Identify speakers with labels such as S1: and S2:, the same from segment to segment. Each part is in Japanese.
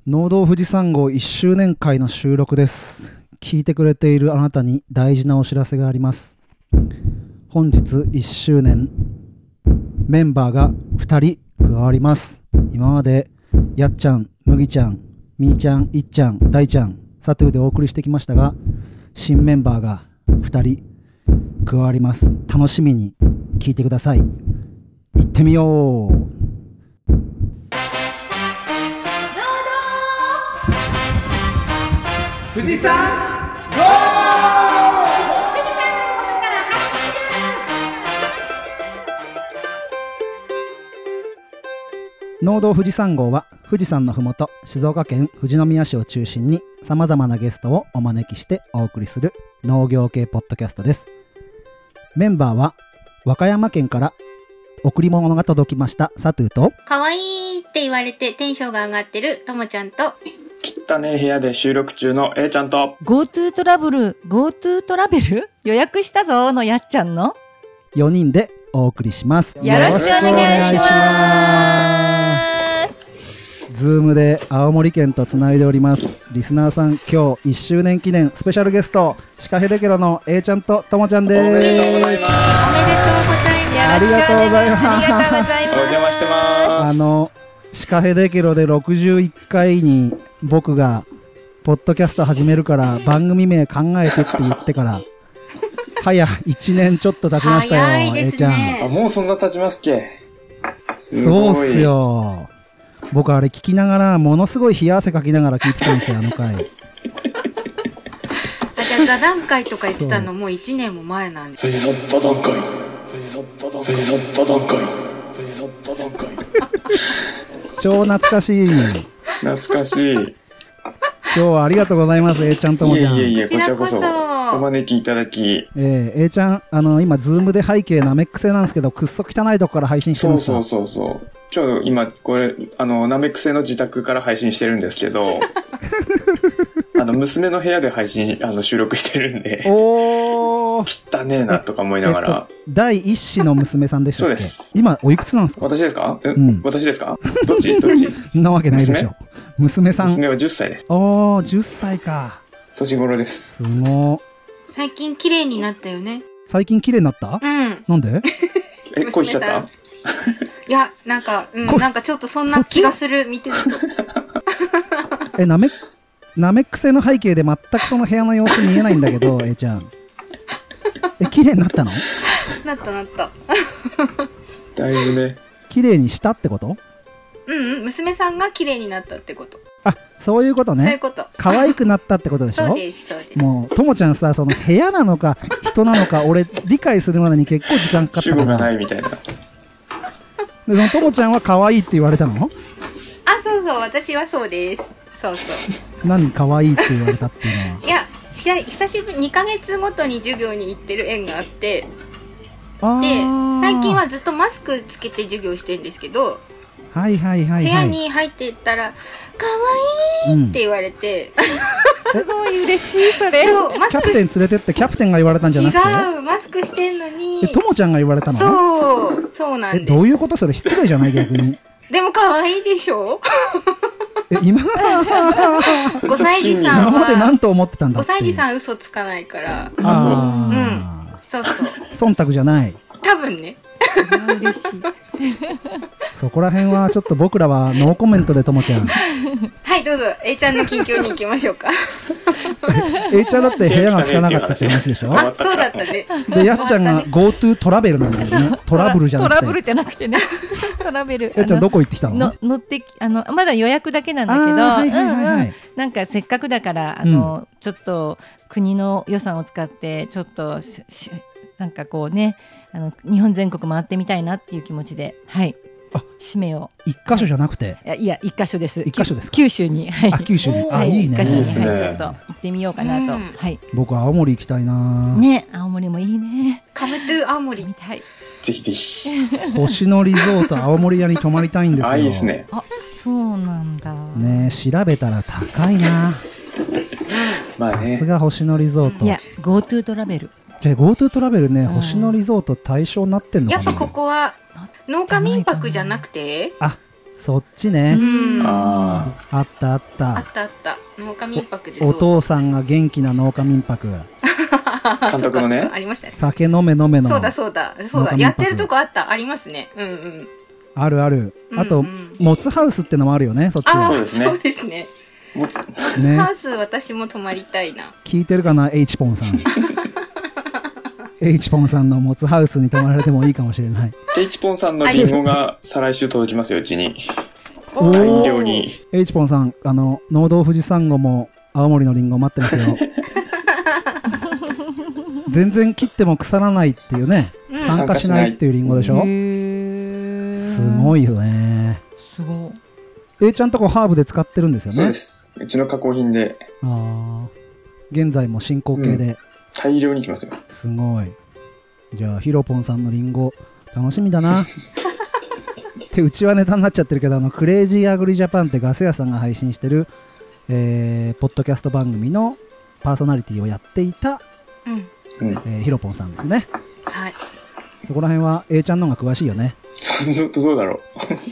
S1: 農道富士山号1周年会の収録です。聞いてくれているあなたに大事なお知らせがあります。本日1周年、メンバーが2人加わります。今までやっちゃん、むぎちゃん、みーちゃん、いっちゃん、大ちゃん、サトゥーでお送りしてきましたが、新メンバーが2人加わります。楽しみに聞いてください。行ってみよう。
S2: 富士山ゴー！
S1: 農道富士山号は富士山のふもと静岡県富士宮市を中心にさまざまなゲストをお招きしてお送りする農業系ポッドキャストです。メンバーは和歌山県から贈り物が届きましたサトゥーと、
S3: 可愛いって言われてテンションが上がってるともちゃんと、
S2: 汚ねえ部屋で収録中の A ちゃんと
S4: GoTo トラベル予約したぞのやっちゃんの
S1: 4人でお送りします。
S4: よろしくお願いします。
S1: ズームで青森県とつないでおります。リスナーさん、今日1周年記念スペシャルゲストシカヘデケロの A ちゃんとともちゃんです。
S2: おめでとうございます。
S1: ありがとうございます。
S2: お邪魔してます。
S1: シカヘデケロで61回に僕がポッドキャスト始めるから番組名考えてって言ってから早1年ちょっと経ちましたよ。
S3: 早いですね。
S1: A ちゃん。
S2: もうそんな経ちますっけ？
S1: そうっすよ。僕あれ聞きながらものすごい冷や汗かきながら聞いてたんですよ、あの回。
S3: じゃあ座談会とか言ってたのもう1年も前なんです。
S2: 富士山座談会、富士山座談会、富士山座談会。
S1: 超懐かしい。
S2: 懐かしい。
S1: 今日はありがとうございます、A ちゃんともちゃん。
S2: いえ、こちらこそ
S3: こちらこそ
S2: お招きいただき。
S1: A ちゃん、今ズームで背景ナメック星なんですけど、くっそ汚いとこから配信してるんですよ。
S2: そう。ちょうど今これナメック星の自宅から配信してるんですけど、娘の部屋で配信収録してるんで。
S1: おー。
S2: 汚ねえなとか思いながら。
S1: 第一子の娘さんでしたっけ？
S2: そうです。
S1: 今おいくつなんですか？
S2: 私ですか？
S1: ん。
S2: 私ですか？どっち？
S1: そんなわけないでしょ。娘さん。
S2: 娘は10歳です。
S1: おー、10歳か。
S2: 年頃です。
S1: すごー。
S3: 最近綺麗になったよね。
S1: 最近綺麗になった？
S3: うん。
S1: なんで？
S2: 恋しちゃった？
S3: いや、なんかちょっとそんな気がする、見てると。
S1: ナメック星の背景で全くその部屋の様子見えないんだけど、A ちゃん。綺麗になったの？
S3: なった。
S2: だいぶね。
S1: 綺麗にしたってこと？
S3: 娘さんが綺麗になったってこと。
S1: あ、そういうことね。
S3: そういうこと。
S1: 可愛くなったってことでしょ？
S3: そうです。
S1: もうともちゃんさ、その部屋なのか人なのか俺理解するまでに結構時間かかったから。
S2: 主語がないみたいな。
S1: で、そのともちゃんは可愛いって言われたの？
S3: あ、そう、私はそうです。そう。
S1: 何可愛いって言われたっていうのは？
S3: いや、久しぶり2ヶ月ごとに授業に行ってる園があって、で最近はずっとマスクつけて授業してるんですけど、
S1: はい、部
S3: 屋に入っていったら可愛いって言われて、
S4: すごい嬉しい。それ
S3: そうマスク
S1: キャプテン連れてってキャプテンが言われたんじゃなくて？
S3: 違う、マスクしてんのに
S1: ともちゃんが言われたの？
S3: そうなんです。
S1: どういうこと？それ失礼じゃない？逆に。
S3: でも可愛いでしょ
S1: 今
S3: 5歳児さん
S1: 今まで何と思ってたんだ
S3: 5
S1: って。
S3: 歳児さん嘘つかないから。そう
S1: 忖度じゃない。
S3: 多分ね。
S4: 嬉しい。
S1: そこら辺はちょっと僕らはノーコメントでともちゃん。
S3: はい、どうぞ A ちゃんの近況に行きましょうか。
S1: A ちゃんだって部屋が汚かったって話でしょ？
S3: あ、そうだったね。
S1: で、やっちゃんが GoTo トラベルなんだよね。トラブルじゃなくて。
S4: トラブルじゃなくてね。トラベル。
S1: やっちゃんどこ行ってきたの？
S4: 乗ってまだ予約だけなんだけど、なんかせっかくだからちょっと国の予算を使ってちょっとなんかこうね、日本全国回ってみたいなっていう気持ちで、はい。締めを
S1: 一箇所じゃなくて、
S4: いや一箇所です。
S1: 一箇所ですか？
S4: 九州に、はい、
S1: 九州に、いいね。
S4: 一箇所に、ちょっと行ってみようかなと、はい。
S1: 僕青森行きたいな。
S4: ね、青森もいいね。
S3: カムトゥ青森
S4: みたい。
S2: ぜひぜひ。
S1: 星野リゾート青森屋に泊まりたいんですよ。
S2: いいですね。
S4: そうなんだ。
S1: ね、調べたら高いな。さすが星野リゾート。
S4: いや、GoTo トラベル。
S1: じゃあ GoTo トラベルね、星野リゾート対象になってんのかな？
S3: やっぱここは農家民泊じゃなくて、
S1: そっちね。
S2: あ
S1: ったあった。
S3: あったあった。農家民泊で
S1: お父さんが元気な農家民泊。
S2: 監督のね。
S3: ありましたね。
S1: 酒飲め飲めの。
S3: そうだ。やってるとこあった。ありますね。
S1: あるある。あと、モツハウスってのもあるよね、そっちは。
S3: そうですね。モツハウス私も泊まりたいな。
S1: 聞いてるかな、H ポンさん。H ポンさんのモツハウスに泊まられてもいいかもしれない。
S2: H ポンさんのリンゴが再来週届きますよ、うちに。大量に。
S1: H ポンさん、農道富士山号も青森のリンゴ待ってますよ。全然切っても腐らないっていうね、酸化しないっていうリンゴでしょ。すごいよね。
S4: すごい。
S1: ちゃんとこハーブで使ってるんですよね。
S2: そうです。うちの加工品で。
S1: 現在も進行形で。
S2: 大量にきますよ。
S1: すごい。じゃあヒロポンさんのリンゴ楽しみだな。ってうちはネタになっちゃってるけど、クレイジーアグリジャパンってガス屋さんが配信してる、ポッドキャスト番組のパーソナリティをやっていた、ヒロポンさんですね。
S3: はい。
S1: そこら辺は A ちゃんの方が詳しいよね。
S2: どうだろう。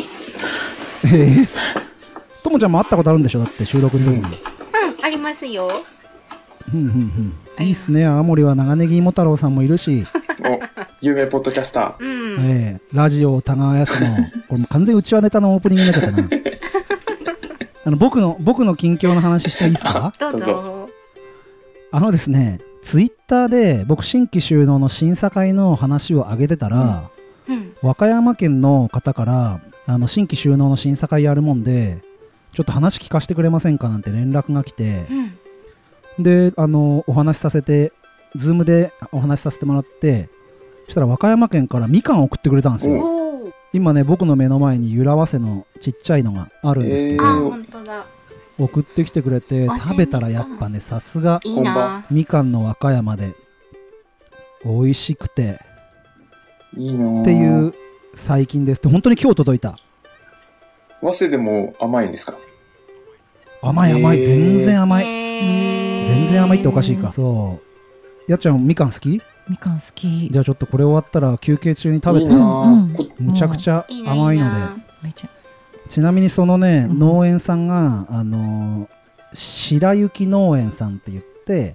S1: ともちゃんも会ったことあるんでしょ、だって収録の時に。
S3: ありますよ。
S1: いいっすね。青森は長ネギ芋太郎さんもいるし。
S2: 有名ポッドキャスター。
S1: ラジオ田川康の、これも完全うちわネタのオープニングになっちゃったな。僕の近況の話していいですか？
S3: どうぞ。
S1: ですね、ツイッターで僕新規収納の審査会の話を上げてたら、和歌山県の方から新規収納の審査会やるもんでちょっと話聞かせてくれませんかなんて連絡が来て、でお話しさせてZoomでお話しさせてもらって、そしたら和歌山県からみかんを送ってくれたんですよ。今ね、僕の目の前にゆらわせのちっちゃいのがあるんですけど、
S3: 本当だ。
S1: 送ってきてくれて食べたらやっぱね、さすがみかんの和歌山で美味しくて
S2: いいな
S1: っていう最近です。本当に今日届いた。
S2: 早稲でも甘いんですか？
S1: 甘い、全然甘い。全然甘いっておかしいか。そう。やっちゃんみかん好き？
S4: みかん好き。
S1: じゃあちょっとこれ終わったら休憩中に食べて。むちゃくちゃ甘いので。ちなみにそのね、農園さんが白雪農園さんって言って、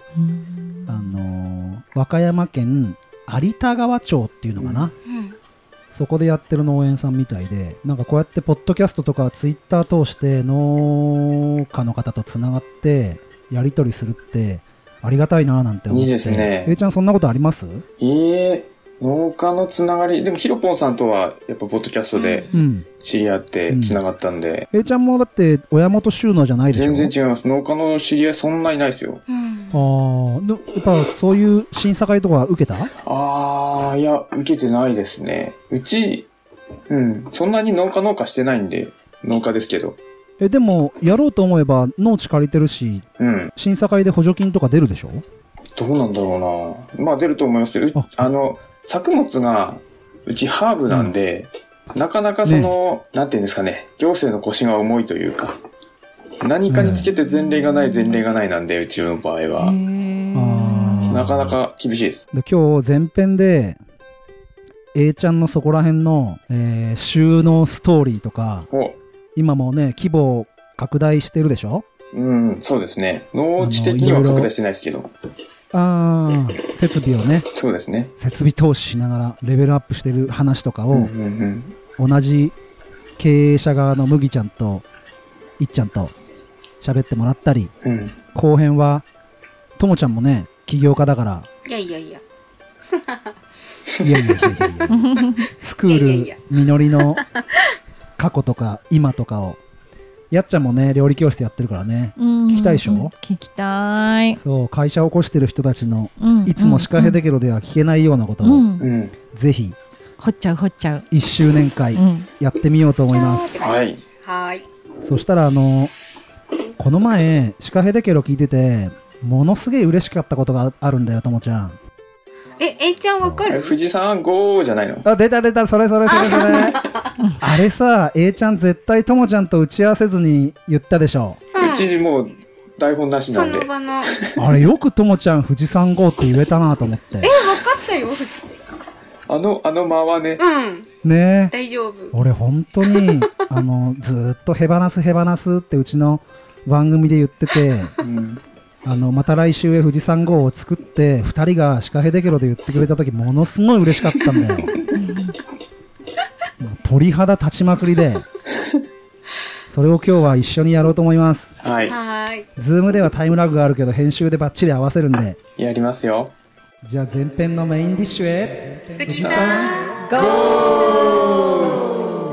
S1: 和歌山県有田川町っていうのかな、そこでやってる農園さんみたいで、なんかこうやってポッドキャストとかツイッター通して農家の方とつながってやり取りするってありがたいななんて思って。
S2: いいですね。
S1: ちゃんそんなことあります？
S2: 農家のつながりでもヒロポンさんとはやっぱポッドキャストで知り合ってつながったんで、
S1: ちゃんもだって親元収納じゃないでしょ？
S2: 全然違います。農家の知り合いそんなにないですよ。
S1: やっぱそういう審査会とか受けた？
S2: いや受けてないですね。うちそんなに農家してないんで農家ですけど。
S1: でもやろうと思えば農地借りてるし、審査会で補助金とか出るでしょ？ど
S2: うなんだろうな。まあ出ると思いますけど、作物がうちハーブなんで、なかなかなんていうんですかね、行政の腰が重いというか、何かにつけて前例がないなんで、うちの場合はなかなか厳しいです。
S1: で今日前編で A ちゃんのそこら辺の、収納ストーリーとか、今もね規模を拡大してるでしょ？
S2: そうですね。農地的には拡大してないですけど。
S1: 設備をね。
S2: そうですね。
S1: 設備投資しながらレベルアップしてる話とかを、同じ経営者側の麦ちゃんといっちゃんと喋ってもらったり、後編はともちゃんもね起業家だから。
S3: いや
S1: スクールみのりの過去とか今とかを。やっちゃんもね料理教室やってるからね、聞きたいでしょ？
S4: 聞きたい。
S1: そう会社を起こしてる人たちの、いつもシカヘデケロでは聞けないようなことを、ぜひ
S4: 掘っちゃう
S1: 1周年会やってみようと思います。
S2: はい。
S1: そしたらこの前シカヘデケロ聞いててものすげえ嬉しかったことがあるんだよ、ともちゃん。
S3: A ちゃんわかる？
S2: 富士山号じゃないの？
S1: 出たそれあれさ、 A ちゃん絶対ともちゃんと打ち合わせずに言ったでしょ？
S2: うちもう台本なしなんで。
S1: あれよくともちゃん富士山号って言えたなと思って。
S3: わかったよ。
S2: あの間はね。
S1: ね、
S3: 大丈夫。
S1: 俺本当にずっとへばなすってうちの番組で言ってて、また来週へ富士山号を作って2人がシカヘデケロで言ってくれた時ものすごい嬉しかったんだよ。鳥肌立ちまくりで、それを今日は一緒にやろうと思います。
S2: はい。
S1: ズームではタイムラグがあるけど編集でバッチリ合わせるんで
S2: やりますよ。
S1: じゃあ前編のメインディッシュへ
S3: 富士山ゴー。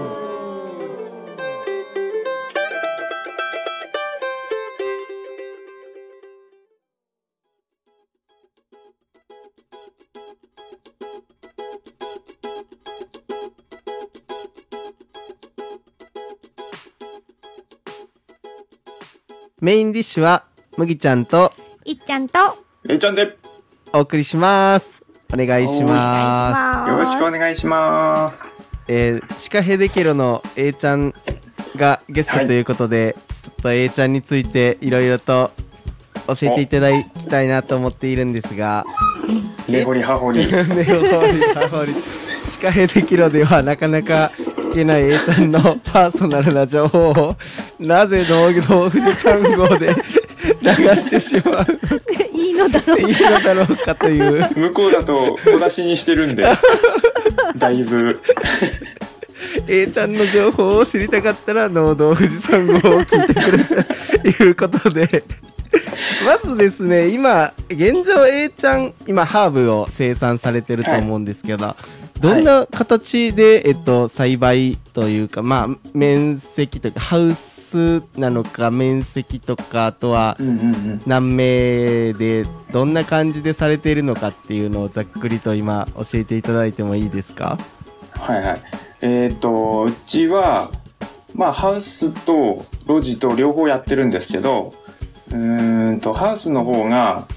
S5: メインディッシュは麦ちゃんと
S3: いっちゃんと
S2: えいちゃんで
S5: お送りします。お願いします。
S2: よろしくお願いします。
S5: シカヘデケロの A ちゃんがゲストということで、ちょっと A ちゃんについていろいろと教えていただきたいなと思っているんですが、
S2: 根掘り葉掘り
S5: シカヘデケロではなかなか聞けない A ちゃんのパーソナルな情報をなぜ農業富士山号で流してしまう
S4: いいのだろう
S5: かという
S2: 向こうだと小出しにしてるんでだいぶ
S5: A ちゃんの情報を知りたかったら農道富士山号を聞いてくれということでまずですね、今現状 A ちゃん今ハーブを生産されてると思うんですけど、どんな形で、栽培というか、面積というかハウスなのか面積とか、あとは何名でどんな感じでされているのかっていうのをざっくりと今教えていただいてもいいですか？
S2: はいはい。うちはハウスと露地と両方やってるんですけど、ハウスの方が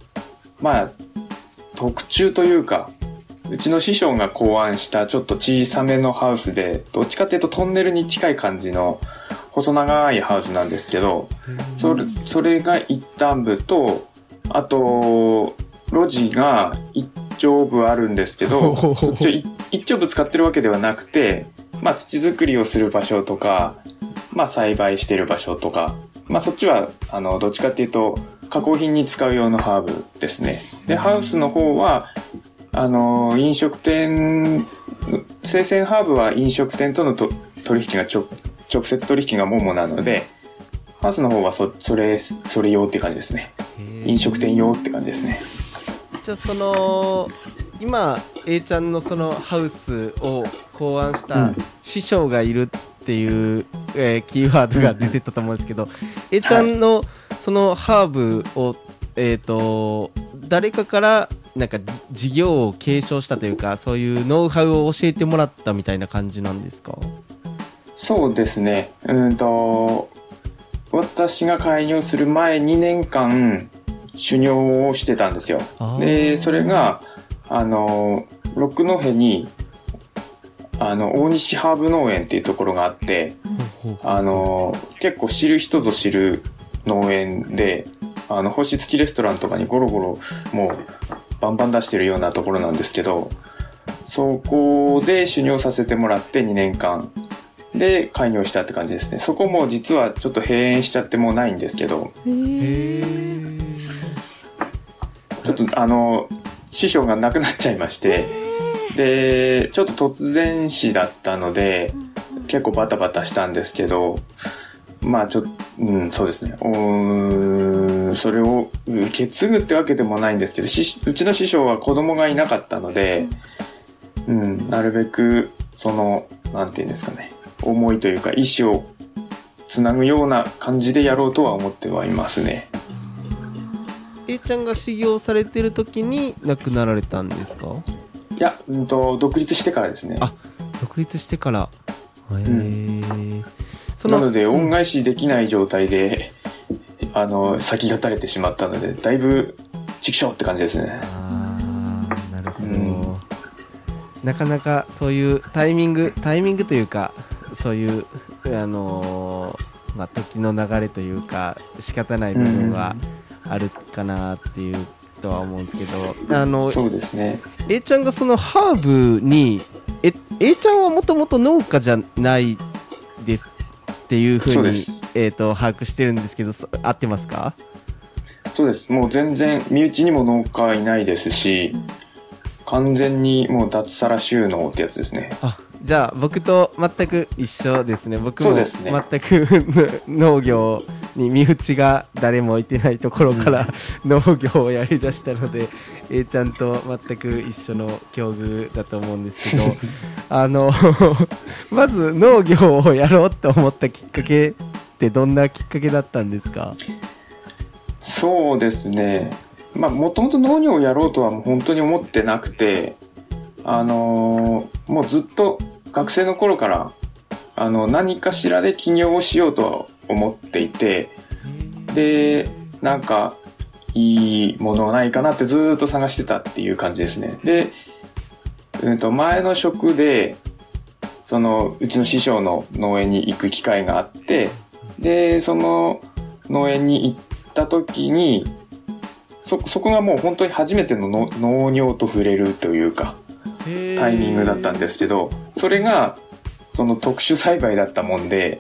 S2: 特注というか、うちの師匠が考案したちょっと小さめのハウスで、どっちかっていうとトンネルに近い感じの細長いハウスなんですけど、それが一端部と、あと露地が一丁部あるんですけど一丁部使ってるわけではなくて、土作りをする場所とか、栽培してる場所とか、そっちはどっちかっていうと加工品に使う用のハーブですね。でハウスの方は飲食店、生鮮ハーブは飲食店との取引が直接取引が主なので、ハウスの方はそれ用って感じですね。飲食店用って感じですね。
S5: じゃあ今 A ちゃんのそのハウスを考案した師匠がいるっていう、キーワードが出てたと思うんですけど、A ちゃんのそのハーブを、誰かからなんか事業を継承したというか、そういうノウハウを教えてもらったみたいな感じなんですか？
S2: そうですね。私が開業する前2年間修行をしてたんですよ。でそれが六戸に大西ハーブ農園っていうところがあって、結構知る人ぞ知る農園で、星付きレストランとかにゴロゴロもうバンバン出してるようなところなんですけど、そこで修行させてもらって2年間で開業したって感じですね。そこも実はちょっと閉園しちゃってもうないんですけど、ちょっと師匠が亡くなっちゃいまして、でちょっと突然死だったので結構バタバタしたんですけど、そうですね。それを受け継ぐってわけでもないんですけど、うちの師匠は子供がいなかったので、なるべくなんていうんですかね、思いというか意思をつなぐような感じでやろうとは思ってはいますね。
S5: A ちゃんが修行されてる時に亡くなられたんですか？
S2: いや、独立してからですね。
S5: 独立してから。な
S2: ので恩返しできない状態で、先が垂れてしまったので、だいぶ畜生って感じですね。
S5: なるほど、なかなかそういうタイミングというか、そういう時の流れというか仕方ない部分はあるかなっていうとは思うんですけど、
S2: そうですね。
S5: A ちゃんがそのハーブにA ちゃんはもともと農家じゃないでっていうふうに把握してるんですけど、合ってますか？
S2: そうです。もう全然身内にも農家いないですし、完全にもう脱サラ収納ってやつですね。
S5: あ、じゃあ僕と全く一緒ですね。僕も
S2: そうですね、
S5: 全く農業に身内が誰もいてないところから農業をやりだしたので、A ちゃんと全く一緒の境遇だと思うんですけどまず農業をやろうと思ったきっかけってどんなきっかけだったんですか？
S2: そうですね、まあもともと農業をやろうとは本当に思ってなくて、もうずっと学生の頃から何かしらで起業をしようとは思っていて、でなんかいいものがないかなってずっと探してたっていう感じですね。で、前の職でうちの師匠の農園に行く機会があって、でその農園に行った時にそこがもう本当に初めての農業と触れるというかタイミングだったんですけど、それがその特殊栽培だったもんで、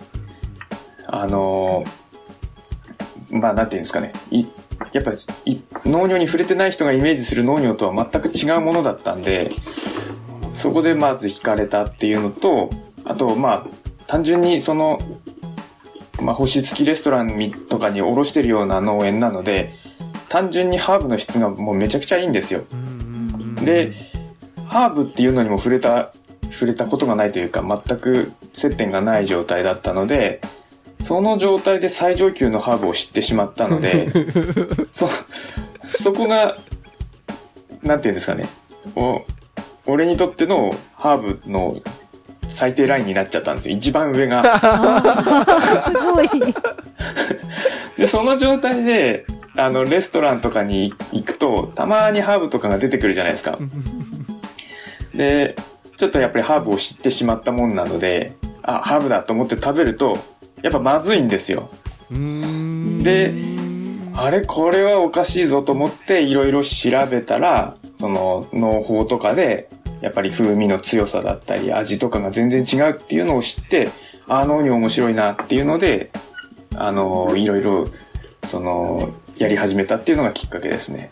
S2: まあなんていうんですかね、やっぱり農業に触れてない人がイメージする農業とは全く違うものだったんで、そこでまず惹かれたっていうのと、あとまあ単純に星付きレストランとかに卸してるような農園なので、単純にハーブの質がもうめちゃくちゃいいんですよ。でハーブっていうのにも触れたことがないというか、全く接点がない状態だったので、その状態で最上級のハーブを知ってしまったのでそこがなんていうんですかね、俺にとってのハーブの最低ラインになっちゃったんですよ、一番上が
S4: すごい
S2: でその状態でレストランとかに行くとたまにハーブとかが出てくるじゃないですかでちょっとやっぱりハーブを知ってしまったもんなので、ハーブだと思って食べるとやっぱまずいんですよ。でこれはおかしいぞと思っていろいろ調べたら、その農法とかでやっぱり風味の強さだったり味とかが全然違うっていうのを知って、農業面白いなっていうのでいろいろやり始めたっていうのがきっかけですね。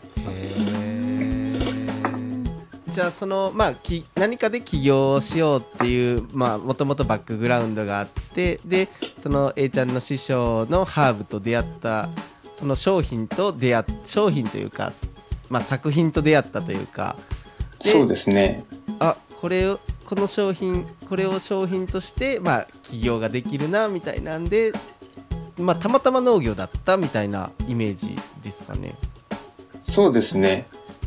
S5: じゃあ何かで起業しようっていうもともとバックグラウンドがあって、でその A ちゃんの師匠のハーブと出会った、その商品というか、作品と出会ったというか、
S2: そうですね。
S5: これを商品として起業ができるなみたいなんで、たまたま農業だったみたいなイメージですかね。
S2: そうですね。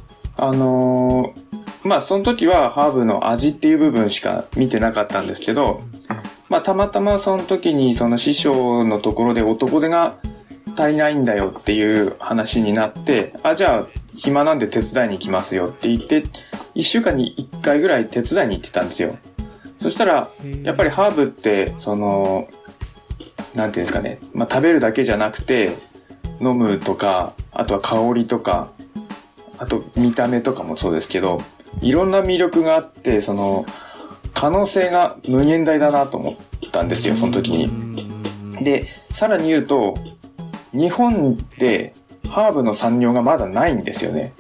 S2: その時はハーブの味っていう部分しか見てなかったんですけど、たまたまその時にその師匠のところで男手が足りないんだよっていう話になって、じゃあ暇なんで手伝いに行きますよって言って、1週間に1回ぐらい手伝いに行ってたんですよ。そしたらやっぱりハーブってなんていうんですかね、食べるだけじゃなくて飲むとか、あとは香りとか、あと見た目とかもそうですけど、いろんな魅力があって、可能性が無限大だなと思ったんですよ、その時に。でさらに言うと、日本でハーブの産業がまだないんですよね。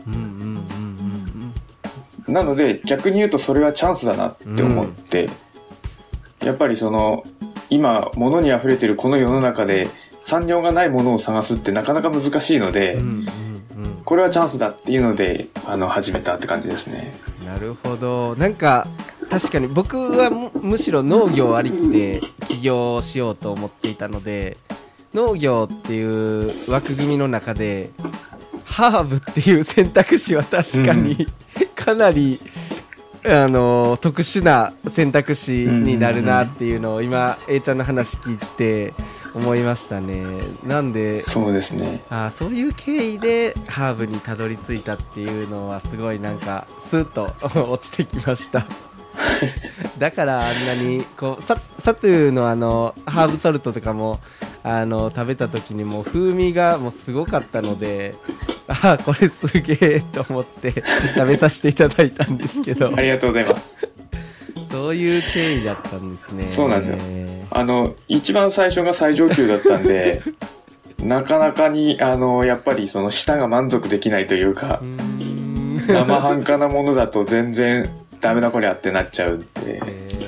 S2: なので逆に言うとそれはチャンスだなって思って、やっぱり今物に溢れてるこの世の中で産業がないものを探すってなかなか難しいので、これはチャンスだっていうので始めたって感じですね。
S5: なるほど。なんか確かに僕はむしろ農業ありきで起業しようと思っていたので、農業っていう枠組みの中でハーブっていう選択肢は確かにかなり特殊な選択肢になるなっていうのを今 A ちゃんの話聞いて思いましたね。なんで
S2: そうですね、
S5: そういう経緯でハーブにたどり着いたっていうのはすごいなんかスーッと落ちてきましただからあんなにサトゥのハーブソルトとかも食べた時にもう風味がもうすごかったので、これすげえと思って食べさせていただいたんですけど
S2: ありがとうございます。
S5: そういう経緯だったんですね。
S2: そうなんですよ。 一番最初が最上級だったんでなかなかにやっぱりその舌が満足できないというか生半可なものだと全然ダメだこりゃってなっちゃうんで、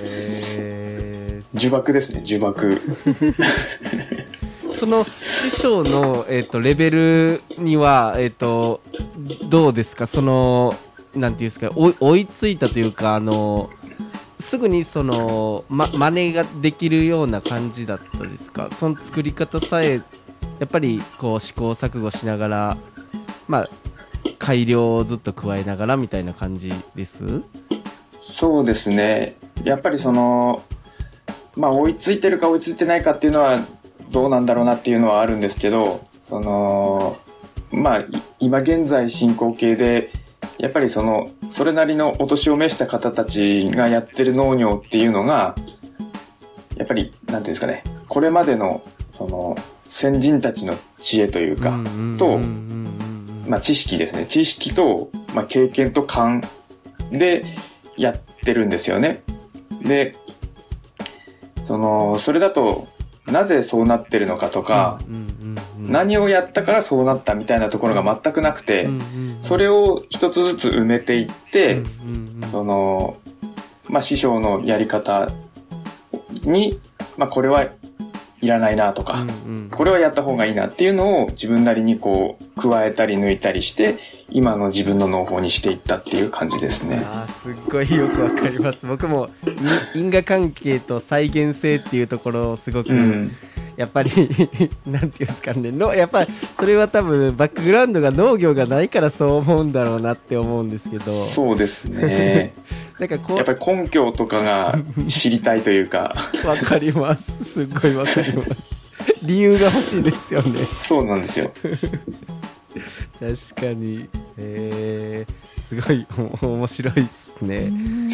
S2: 呪縛ですね、呪縛
S5: その師匠の、レベルには、どうですか、そのなんていうんですか、追いついたというか、すぐにその、真似ができるような感じだったですか。その作り方さえやっぱりこう試行錯誤しながら、まあ、改良をずっと加えながらみたいな感じです。
S2: そうですね、やっぱりその、追いついてるか追いついてないかっていうのはどうなんだろうなっていうのはあるんですけど、その今現在進行形でやっぱりそれなりのお年を召した方たちがやってる農業っていうのがやっぱりなんていうんですかね、これまでのその先人たちの知恵というかと、知識ですね、知識と、経験と勘でやってるんですよね。でそれだとなぜそうなってるのかとか、何をやったからそうなったみたいなところが全くなくて、それを一つずつ埋めていって、師匠のやり方に、これはいらないなとか、これはやった方がいいなっていうのを自分なりにこう加えたり抜いたりして今の自分の農法にしていったっていう感じですね。
S5: すっごいよくわかります。僕も因果関係と再現性っていうところをすごく、やっぱりなんていうんですかね、やっぱりそれは多分バックグラウンドが農業がないからそう思うんだろうなって思うんですけど。
S2: そうですね
S5: なんか
S2: やっぱり根拠とかが知りたいというか
S5: わかります、すっごいわかります理由が欲しいですよね。
S2: そうなんですよ
S5: 確かに、すごい面白いですね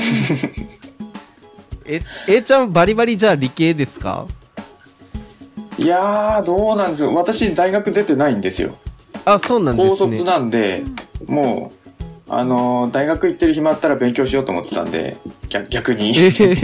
S5: ちゃんバリバリじゃあ理系ですか？
S2: いやーどうなんですよ、私大学出てないんですよ。
S5: そうなんですね。
S2: 高卒なんでもう大学行ってる暇あったら勉強しようと思ってたんで、逆に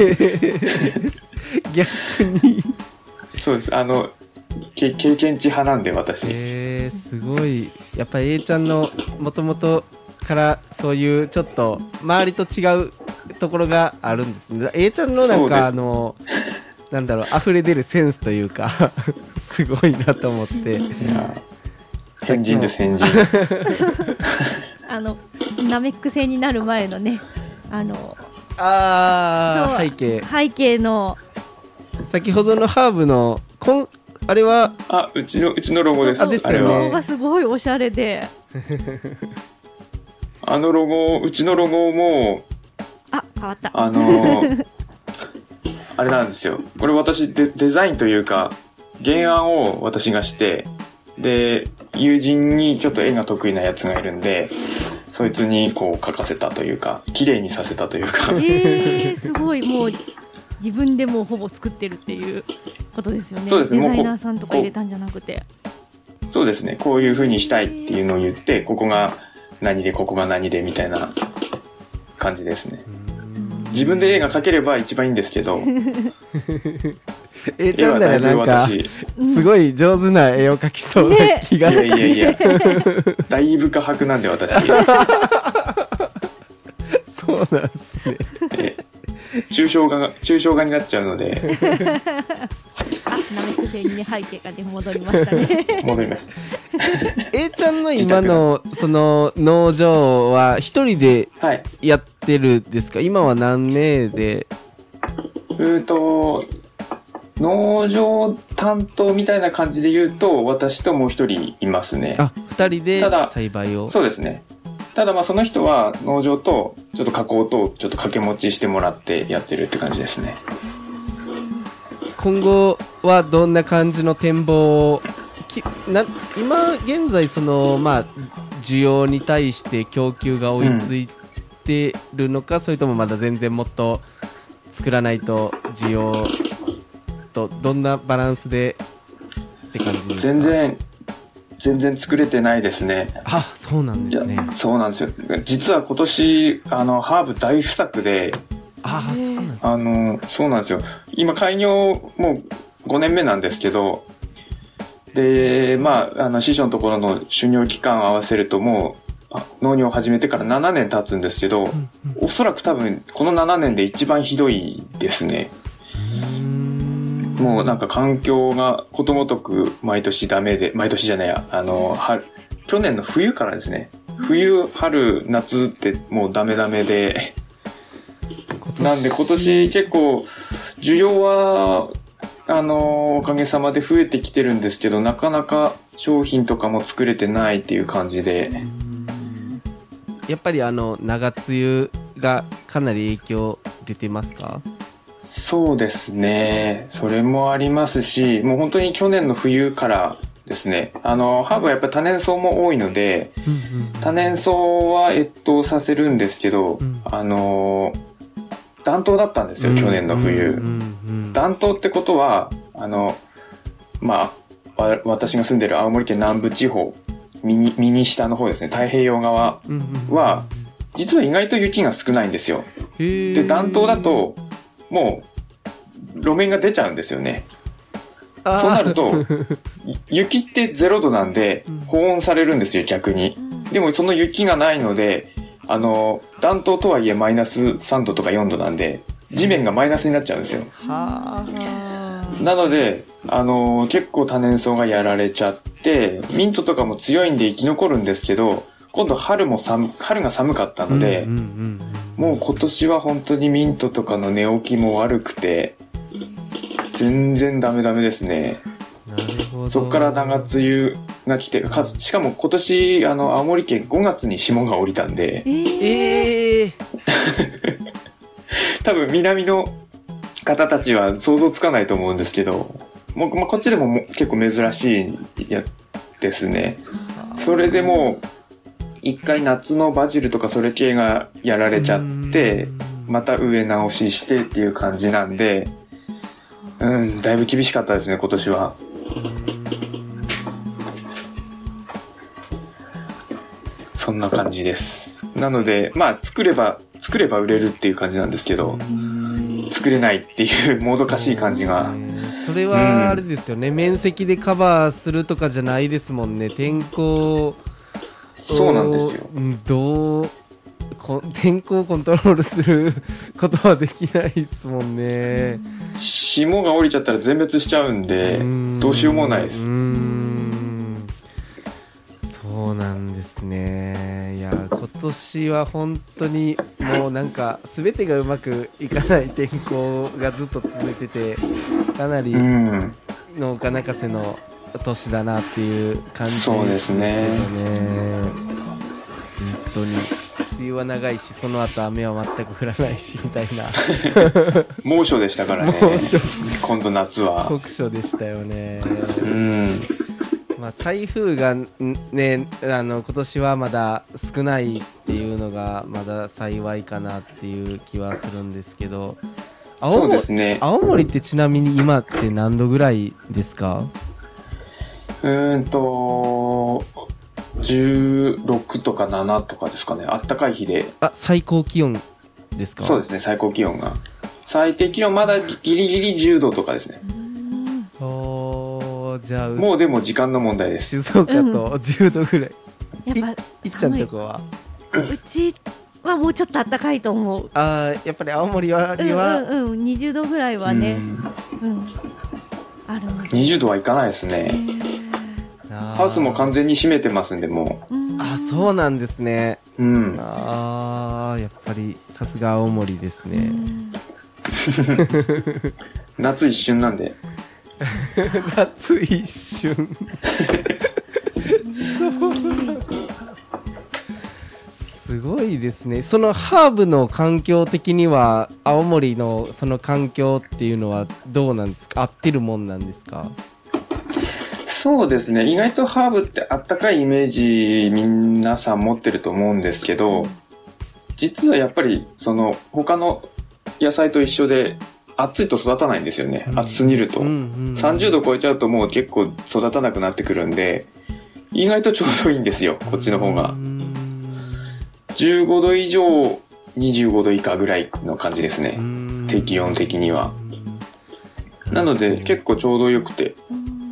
S5: 逆に
S2: そうです、経験値派なんで私。
S5: すごい、やっぱり A ちゃんのもともとからそういうちょっと周りと違うところがあるんですね。 A ちゃんのなんかなんだろう、溢れ出るセンスというかすごいなと思って。いや
S2: 変人です変人
S6: ナメック星になる前のね、
S5: 背
S6: 景の
S5: 先ほどのハーブのあれは
S2: うちのロゴです。
S5: ですよね。
S6: ロゴがすごいおしゃれで
S2: ロゴ、うちのロゴも
S6: 変わった
S2: あれなんですよ、これ私デザインというか原案を私がして、で友人にちょっと絵が得意なやつがいるんでそいつにこう描かせたというか綺麗にさせたというか
S6: すごい、もう自分でもうほぼ作ってるっていうことですよね。
S2: そうですね、
S6: デザイナーさんとか入れたんじゃなくて。
S2: そうですね、こういう風にしたいっていうのを言って、ここが何でここが何でみたいな感じですね。自分で絵が描ければ一番いいんですけど
S5: ちゃんならなんかすごい上手な絵を描きそうな気が、
S2: いやだいぶ画伯なんで私
S5: そうなんですね。
S2: 抽象画になっちゃうので
S6: ナメック星に背景がで戻りましたね
S2: 戻りました
S5: A ちゃんの今のその農場は一人でやってるですか？今は何名で？
S2: 農場担当みたいな感じで言うと私ともう一人いますね。
S5: 2人で栽培を。
S2: そうですね。ただその人は農場とちょっと加工とちょっと掛け持ちしてもらってやってるって感じですね。
S5: 今後はどんな感じの展望を今現在その需要に対して供給が追いついてるのか、それともまだ全然もっと作らないと需要とどんなバランスでって感じですか？
S2: 全然作れてないですね。
S5: そうなんですね。
S2: そうなんですよ。実は今年ハーブ大不作で
S5: ああ、そうなんですか。
S2: そうなんですよ。今開業もう5年目なんですけど、で、師匠のところの修行期間を合わせるともう農業を始めてから7年経つんですけど、おそらく多分この7年で一番ひどいですね。もうなんか環境がことごとく毎年ダメで、毎年じゃないや、去年の冬からですね、冬、春、夏ってもうダメで、なんで今年結構需要はおかげさまで増えてきてるんですけど、なかなか商品とかも作れてないっていう感じで、
S5: やっぱり長梅雨がかなり影響出てますか？
S2: そうですね、それもありますし、もう本当に去年の冬からですね、ハーブはやっぱり多年草も多いので、多年草は越冬させるんですけど、暖冬だったんですよ、去年の冬。暖冬ってことは私が住んでる青森県南部地方、右下の方ですね、太平洋側は実は意外と雪が少ないんですよ。で、暖冬だともう路面が出ちゃうんですよね。そうなると雪って0度なんで保温されるんですよ、逆に。でもその雪がないので、暖冬とはいえマイナス3度とか4度なんで地面がマイナスになっちゃうんですよ。なので結構多年草がやられちゃって、ミントとかも強いんで生き残るんですけど、今度春が寒かったので、もう今年は本当にミントとかの寝起きも悪くて全然ダメですね。
S5: なるほど。
S2: そこから長梅雨が来て、しかも今年青森県5月に霜が降りたんで、多分南の方たちは想像つかないと思うんですけど、こっちでも結構珍しいですね。それでもう一回夏のバジルとかそれ系がやられちゃって、また植え直ししてっていう感じなんで、だいぶ厳しかったですね、今年は。そんな感じです。なので作れば売れるっていう感じなんですけど、作れないっていうもどかしい感じが。
S5: それはあれですよね、面積でカバーするとかじゃないですもんね。天候、
S2: そうなんですよ。
S5: 天候をコントロールすることはできないですもんね。
S2: 霜が降りちゃったら全滅しちゃうんで、どうしようもないです。
S5: そうなんですね。いや、今年は本当にもうなんか全てがうまくいかない天候がずっと続いてて、かなり農家泣かせの年だなっていう感じですね。
S2: そうですね。
S5: 本当に梅雨は長いし、その後雨は全く降らないしみたいな
S2: 猛暑でしたからね。今度夏は
S5: 酷暑でしたよね。台風がね、今年はまだ少ないっていうのがまだ幸いかなっていう気はするんですけど、
S2: そうですね。
S5: 青森ってちなみに今って何度ぐらいですか
S2: ？16とか7とかですかね。あったかい日で。
S5: 最高気温ですか？
S2: そうですね、最高気温が。最低気温まだギリギリ10度とかですね。
S5: じゃあ
S2: もうでも時間の問題です。
S5: 静岡と10度ぐらい。
S6: やっぱ
S5: いっちゃんとこは
S6: うちはもうちょっと暖かいと思う。
S5: やっぱり青森よりは
S6: 20度ぐらいはね、あるので。
S2: 20度はいかないですね。ハウスも完全に閉めてますんで、もう。
S5: そうなんですね。
S2: や
S5: っぱりさすが青森ですね。
S2: 夏一瞬なんで。
S5: 夏一瞬すごいですね。そのハーブの環境的には青森のその環境っていうのはどうなんですか？合ってるもんなんですか？
S2: そうですね、意外とハーブってあったかいイメージ皆さん持ってると思うんですけど、実はやっぱりその他の野菜と一緒で暑いと育たないんですよね。暑すぎると、30度超えちゃうともう結構育たなくなってくるんで、意外とちょうどいいんですよ、こっちの方が。15度以上 25度以下ぐらいの感じですね。適温的には。なので結構ちょうどよくて。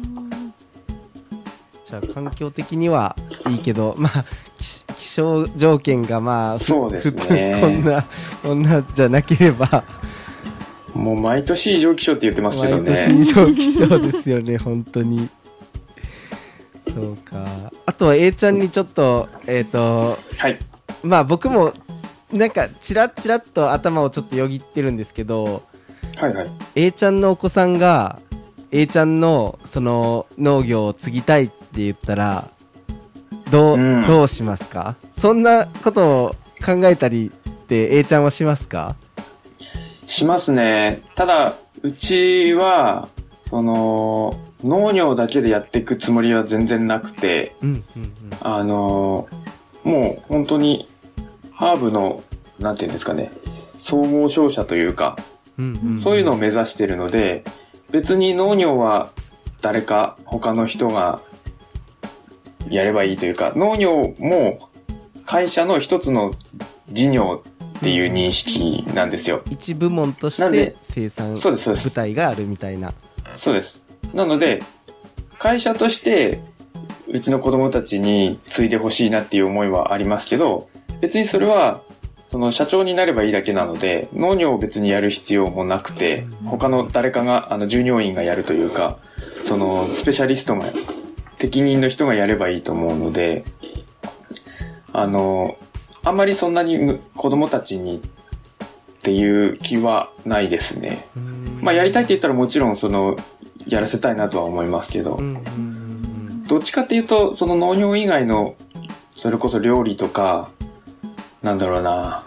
S5: じゃあ環境的にはいいけど、まあ気象条件がまあ
S2: そうですね。
S5: こんなじゃなければ。
S2: もう毎年異常気象って言ってますけどね。
S5: 毎年異常気象ですよね、本当に。そうか。あとは A ちゃんにちょっと
S2: はい。
S5: まあ僕もなんかチラッチラッと頭をちょっとよぎってるんですけど、
S2: はいはい。
S5: A ちゃんのお子さんが A ちゃんのその農業を継ぎたいって言ったらどうしますか？そんなことを考えたりって A ちゃんはしますか？
S2: しますね。ただうちはその農業だけでやっていくつもりは全然なくて、もう本当にハーブのなんていうんですかね、総合商社というか、そういうのを目指しているので、別に農業は誰か他の人がやればいいというか、農業も会社の一つの事業っていう認識なんですよ。
S5: 一部門として生産部隊があるみたいな。
S2: そうです。なので会社としてうちの子供たちに継いでほしいなっていう思いはありますけど、別にそれはその社長になればいいだけなので、農業を別にやる必要もなくて、他の誰かが従業員がやるというか、そのスペシャリストが適任の人がやればいいと思うので、あんまりそんなに子供たちにっていう気はないですね。まあやりたいって言ったらもちろんそのやらせたいなとは思いますけど、どっちかっていうとその農業以外のそれこそ料理とか、なんだろうな、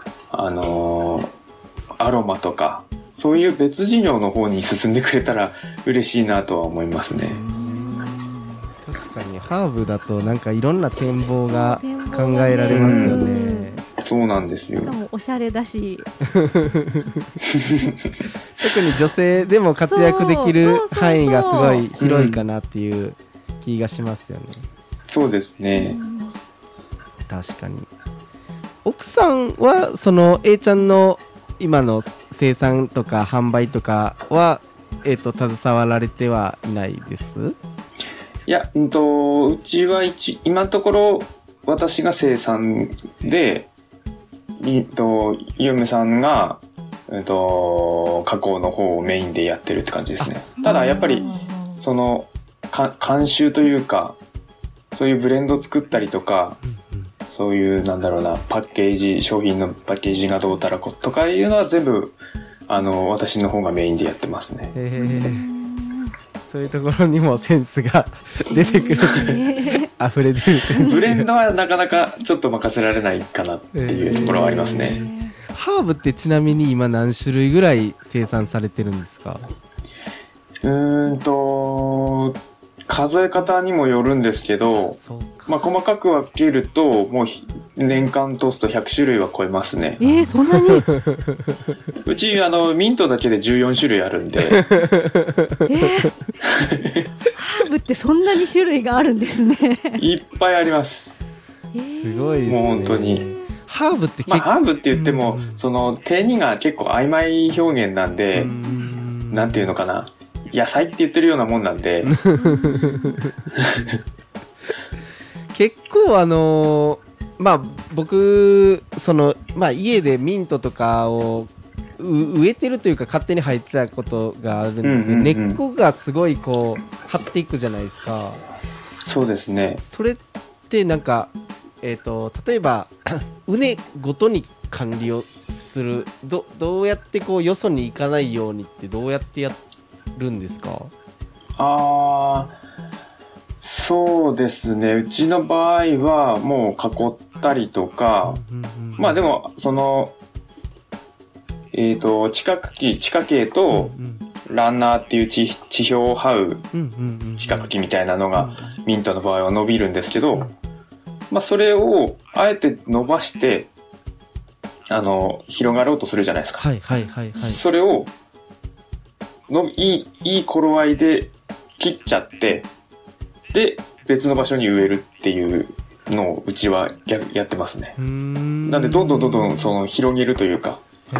S2: アロマとかそういう別事業の方に進んでくれたら嬉しいなとは思いますね。
S5: 確かにハーブだとなんかいろんな展望が考えられますよね。
S2: そうなんですよ。
S6: しかもおしゃれだし
S5: 特に女性でも活躍できる範囲がすごい広いかなっていう気がしますよね。
S2: そうですね。
S5: 確かに。奥さんはその A ちゃんの今の生産とか販売とかは携わられてはいないです？
S2: いや、うちは今のところ私が生産で、嫁さんが、加工の方をメインでやってるって感じですね。ただやっぱりその監修というか、そういうブレンド作ったりとか、そういうなんだろうな、パッケージ、商品のパッケージがどうたらことかいうのは全部私の方がメインでやってますね。
S5: そういうところにもセンスが出てくる溢れ出るセンス。
S2: ブレンドはなかなかちょっと任せられないかなっていうところはありますね。
S5: ハーブってちなみに今何種類ぐらい生産されてるんですか？
S2: 数え方にもよるんですけど、まあ細かく分けるともう年間通すと100種類は超えますね。
S6: そんなに？
S2: うちミントだけで14種類あるんで。
S6: ハーブってそんなに種類があるんですね。
S2: いっぱいあります。
S5: すごいですね。
S2: もう本当に。
S5: ハーブって
S2: ハーブって言っても、その定義が結構曖昧表現なんで、なんていうのかな。野菜って言ってるようなもんなんで
S5: 結構まあ僕家でミントとかを植えてるというか勝手に生えてたことがあるんですけど、根っこがすごいこう張っていくじゃないですか。
S2: そうですね。
S5: それってなんか例えば畝ごとに管理をするどうやってこうよそに行かないようにってどうやってやるんですか？
S2: そうですね。うちの場合はもう囲ったりとか、まあでもその地下茎とランナーっていう地表を這う地下茎みたいなのがミントの場合は伸びるんですけど、まあそれをあえて伸ばして広がろうとするじゃないですか。それをいい頃合いで切っちゃって、で別の場所に植えるっていうのをうちはやってますね。なんでどんどんその広げるというか。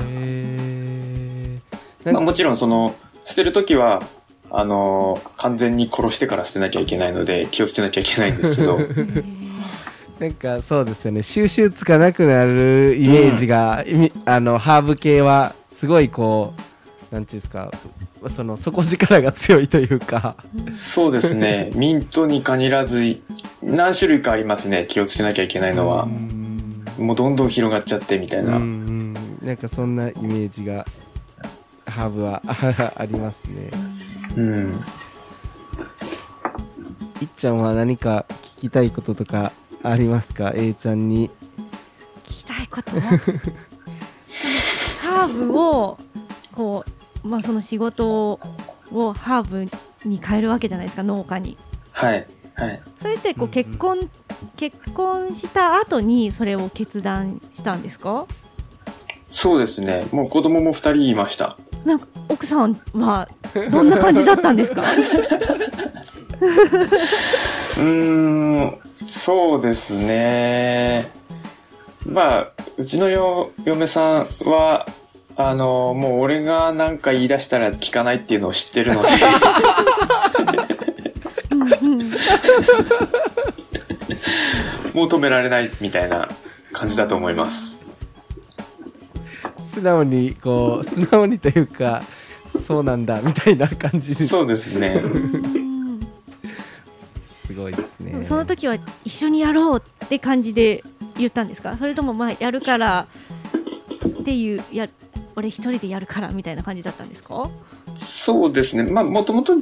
S2: まあ、もちろんその捨てるときは完全に殺してから捨てなきゃいけないので気をつけなきゃいけないんですけど
S5: なんかそうですよね、収集つかなくなるイメージが、ハーブ系はすごいこうなんていうんですか、底力が強いというか
S2: そうですね、ミントに限らず何種類かありますね、気をつけなきゃいけないのは。もうどんどん広がっちゃってみたいな、
S5: なんかそんなイメージがハーブはありますね。いっちゃんは何か聞きたいこととかありますか、A ちゃんに。
S6: 聞きたいことハーブをこう、まあ、その仕事をハーブに変えるわけじゃないですか、農家に。
S2: はいはい。
S6: それってこう結婚した後にそれを決断したんですか？
S2: そうですね、もう子供も2人いました。
S6: なんか奥さんはどんな感じだったんですか？
S2: そうですね、まあうちの嫁さんはもう俺が何か言い出したら聞かないっていうのを知ってるのでもう止められないみたいな感じだと思います。
S5: 素直にというか、そうなんだみたいな感じです。
S2: そうですね
S5: すごいですね。
S6: その時は一緒にやろうって感じで言ったんですか？それともまあやるからっていう、俺一人でやるからみたいな感じだったんですか？
S2: そうですね、まあもともと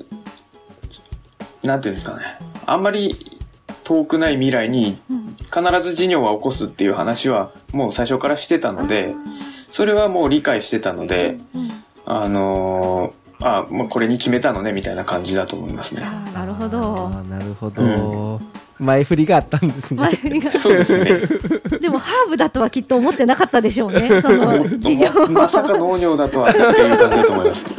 S2: なんていうんですかね、あんまり遠くない未来に必ず事業は起こすっていう話はもう最初からしてたので、それはもう理解してたので、もうこれに決めたのねみたいな感じだと思いますね。
S6: なるほど。
S5: なるほど、前振りがあったんですね。
S6: 前振りが
S2: そうですね。
S6: でもハーブだとはきっと思ってなかったでしょうね、その事業
S2: まさか農業だとはっていう感じだと思います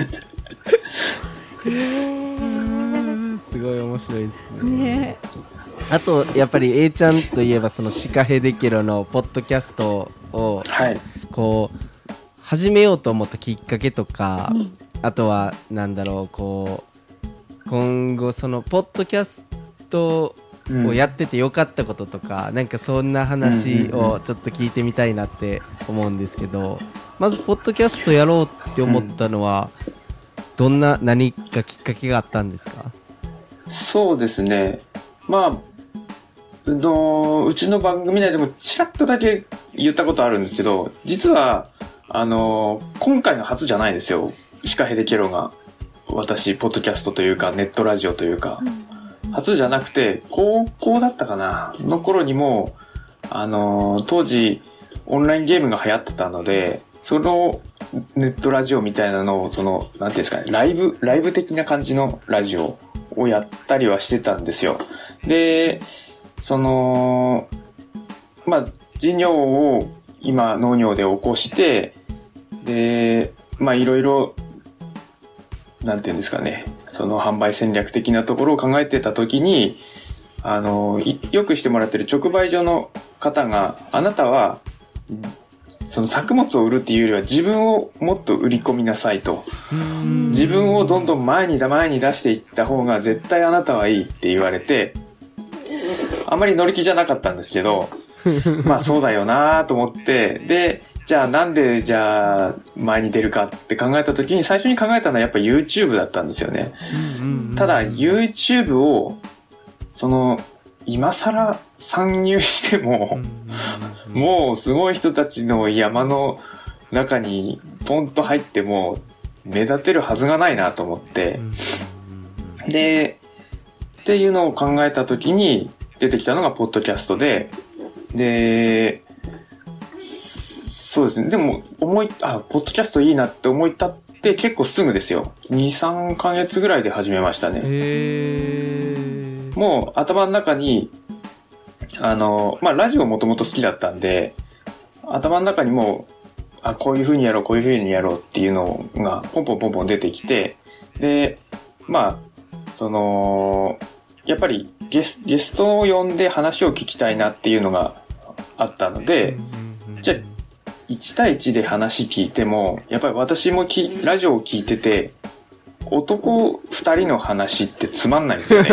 S5: すごい面白いですね。あとやっぱり A ちゃんといえばそのシカヘデケロのポッドキャストをこう始めようと思ったきっかけとか、あとはなんだろう、こう今後そのポッドキャストをやっててよかったこととか、なんかそんな話をちょっと聞いてみたいなって思うんですけど、まずポッドキャストやろうって思ったのは何かきっかけがあったんですか？
S2: そうですね、まあうちの番組内でもちらっとだけ言ったことあるんですけど、実は今回の初じゃないですよ、シカヘデケロが私ポッドキャストというかネットラジオというか、初じゃなくて高校だったかなの頃にも当時オンラインゲームが流行ってたので、そのネットラジオみたいなのをなんていうんですかね、ライブ的な感じのラジオをやったりはしてたんですよ。でまあ事業を今農業で起こして、でまあいろいろなんていうんですかね、その販売戦略的なところを考えてた時によくしてもらってる直売所の方が、あなたはその作物を売るっていうよりは自分をもっと売り込みなさいと、自分をどんどん前に出していった方が絶対あなたはいいって言われて、あんまり乗り気じゃなかったんですけどまあそうだよなと思って、でじゃあなんで前に出るかって考えた時に最初に考えたのはやっぱ YouTube だったんですよね。ただ YouTube を今更参入してももうすごい人たちの山の中にポンと入っても目立てるはずがないなと思って、でっていうのを考えた時に出てきたのがポッドキャストで、そうですね、でもポッドキャストいいなって思い立って結構すぐですよ、 2,3 ヶ月ぐらいで始めましたね。もう頭の中にまあラジオもともと好きだったんで、頭の中にもこういう風にやろうこういう風にやろうっていうのがポンポン出てきて、でまあやっぱりゲストを呼んで話を聞きたいなっていうのがあったので、じゃあ1対1で話聞いてもやっぱり私もラジオを聞いてて男2人の話ってつまんないですよね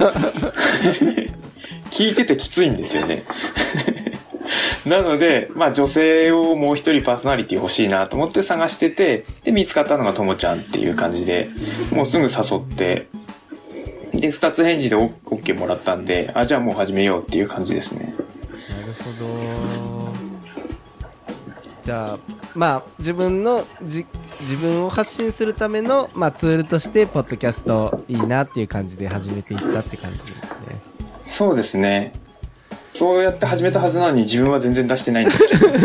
S2: 聞いててきついんですよねなので、まあ女性をもう一人パーソナリティ欲しいなと思って探してて、で見つかったのがともちゃんっていう感じで、もうすぐ誘って、で2つ返事で OK もらったんで、じゃあもう始めようっていう感じですね。
S5: なるほど。じゃあまあ自分を発信するための、まあ、ツールとしてポッドキャストいいなっていう感じで始めていったって感じですね。
S2: そうですね。そうやって始めたはずなのに自分は全然出してないんですけどここ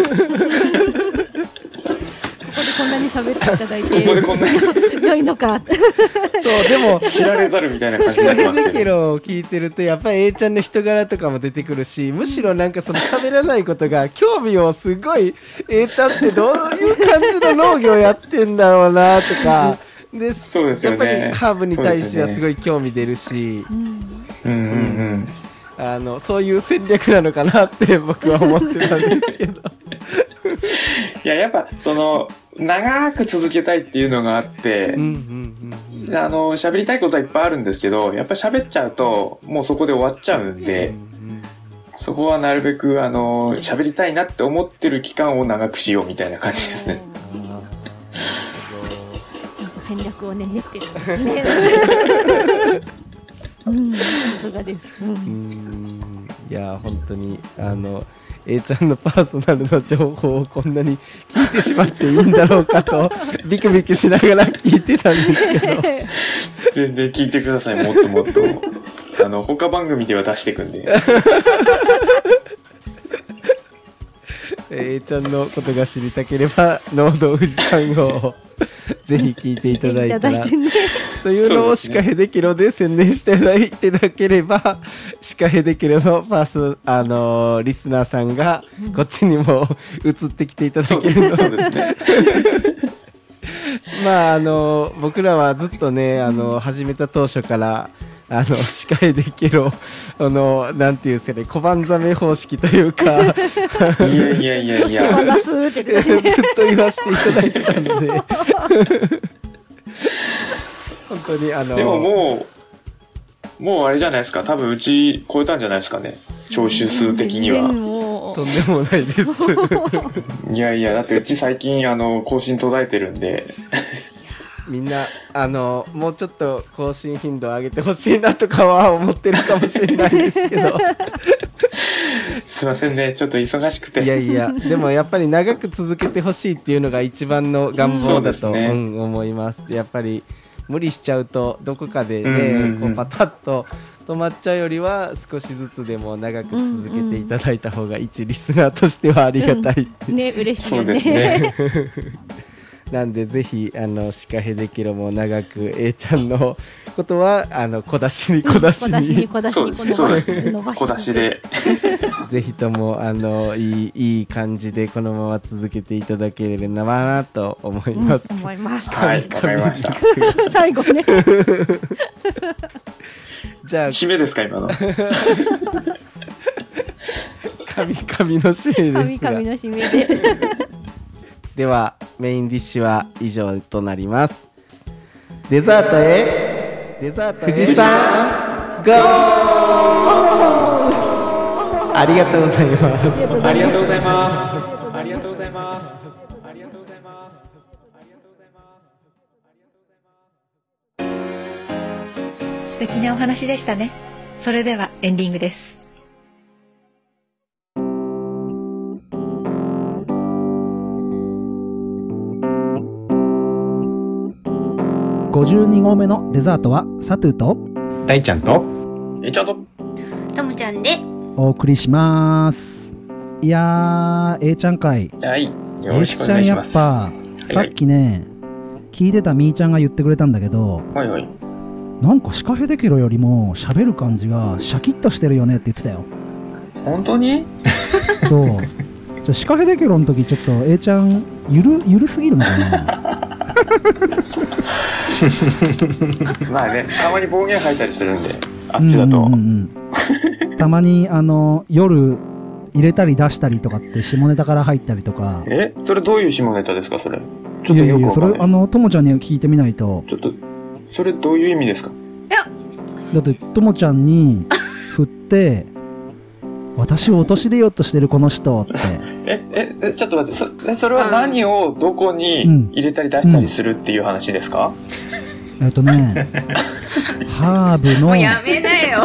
S6: でこんなに喋っていただいて
S2: ここでこんなに
S6: 良いのか
S5: そうでも
S2: 知られざるみたいな感じになってますけど、
S5: シカヘデケロを聞いてるとやっぱり A ちゃんの人柄とかも出てくるし、むしろなんかその喋らないことが興味をすごい A ちゃんってどういう感じの農業やってんだろうなとかで、
S2: そうですよね、
S5: やっぱりハーブに対してはすごい興味出るし、そういう戦略なのかなって僕は思ってたんですけど
S2: いや、やっぱその長く続けたいっていうのがあって、喋りたいことはいっぱいあるんですけど、やっぱ喋っちゃうともうそこで終わっちゃうんで、そこはなるべく喋りたいなって思ってる期間を長くしようみたいな感じですね。
S6: ちゃんと戦略をね練ってるんですねさすがです。
S5: いや本当にA ちゃんのパーソナルの情報をこんなに聞いてしまっていいんだろうかとビクビクしながら聞いてたんですけど
S2: 全然聞いてください。もっともっと他番組では出していくんで
S5: A ちゃんのことが知りたければ農道富士山号をぜひ聞いていただいたらというのをシカヘデケロで宣伝していただければ、シカヘデケロのリスナーさんがこっちにも移ってきていただけるのでまあ僕らはずっとね始めた当初からシカヘデケロなんていうんですかね、小判ザメ方式というかいやずっと言わせていただいてたので本当に
S2: でももうあれじゃないですか、多分うち超えたんじゃないですかね、聴取数的には。
S5: とんでもないです
S2: いやいや、だってうち最近更新途絶えてるんで
S5: みんなもうちょっと更新頻度を上げてほしいなとかは思ってるかもしれないですけど
S2: すいませんね、ちょっと忙しくて。
S5: いやいや、でもやっぱり長く続けてほしいっていうのが一番の願望だと、思います。やっぱり無理しちゃうとどこかでね、こうパタッと止まっちゃうよりは少しずつでも長く続けていただいた方が一リスナーとしてはありがたい、
S6: ね、嬉しいよね。
S2: そうですね
S5: なんでぜひシカヘデケロも長く A ちゃんのことは小出しに
S2: 小出しで
S5: ぜひともいい感じでこのまま続けていただければなと思います。
S6: 思います。
S2: はい、わかりました。
S6: 最後ね。
S5: じゃあ
S2: 締めですか今の。
S5: 神の締めですが。
S6: 神の締めで。
S5: ではメインディッシュは以上となります。デザートへ富士山ゴー。ありがとうございます。
S2: ありがとうございます。ありがとうございます。ありがとうございます。
S4: 素敵なお話でしたね。それではエンディングです。
S1: 52号目のデザートはサトゥと
S7: 大ちゃんと
S2: ちゃんと
S3: ともちゃんで
S1: お送りします。いやー A ちゃん会、
S2: はい、よろしくお願いします。
S1: A ちゃんやっぱ、さっきね聞いてたみーちゃんが言ってくれたんだけど、
S2: はいはい、
S1: なんかシカヘデケロよりも喋る感じがシャキッとしてるよねって言ってたよ。
S2: 本当に？
S1: そうシカヘデケロの時ちょっと A ちゃんゆるすぎるのかな
S2: まあね、たまに暴言吐いたりするんであっちだと。
S1: たまに夜入れたり出したりとかって下ネタから入ったりとか。
S2: それどういう下ネタですかそれ。ちょっとよくわかんない。
S1: いやいや、それともちゃんに聞いてみないと。
S2: ちょっとそれどういう意味ですか。
S3: いや
S1: だってともちゃんに振って私を陥れようとしてるこの人って
S2: ちょっと待って、それは何をどこに入れたり出したりするっていう話ですか。
S1: ハーブの
S3: もうやめなよ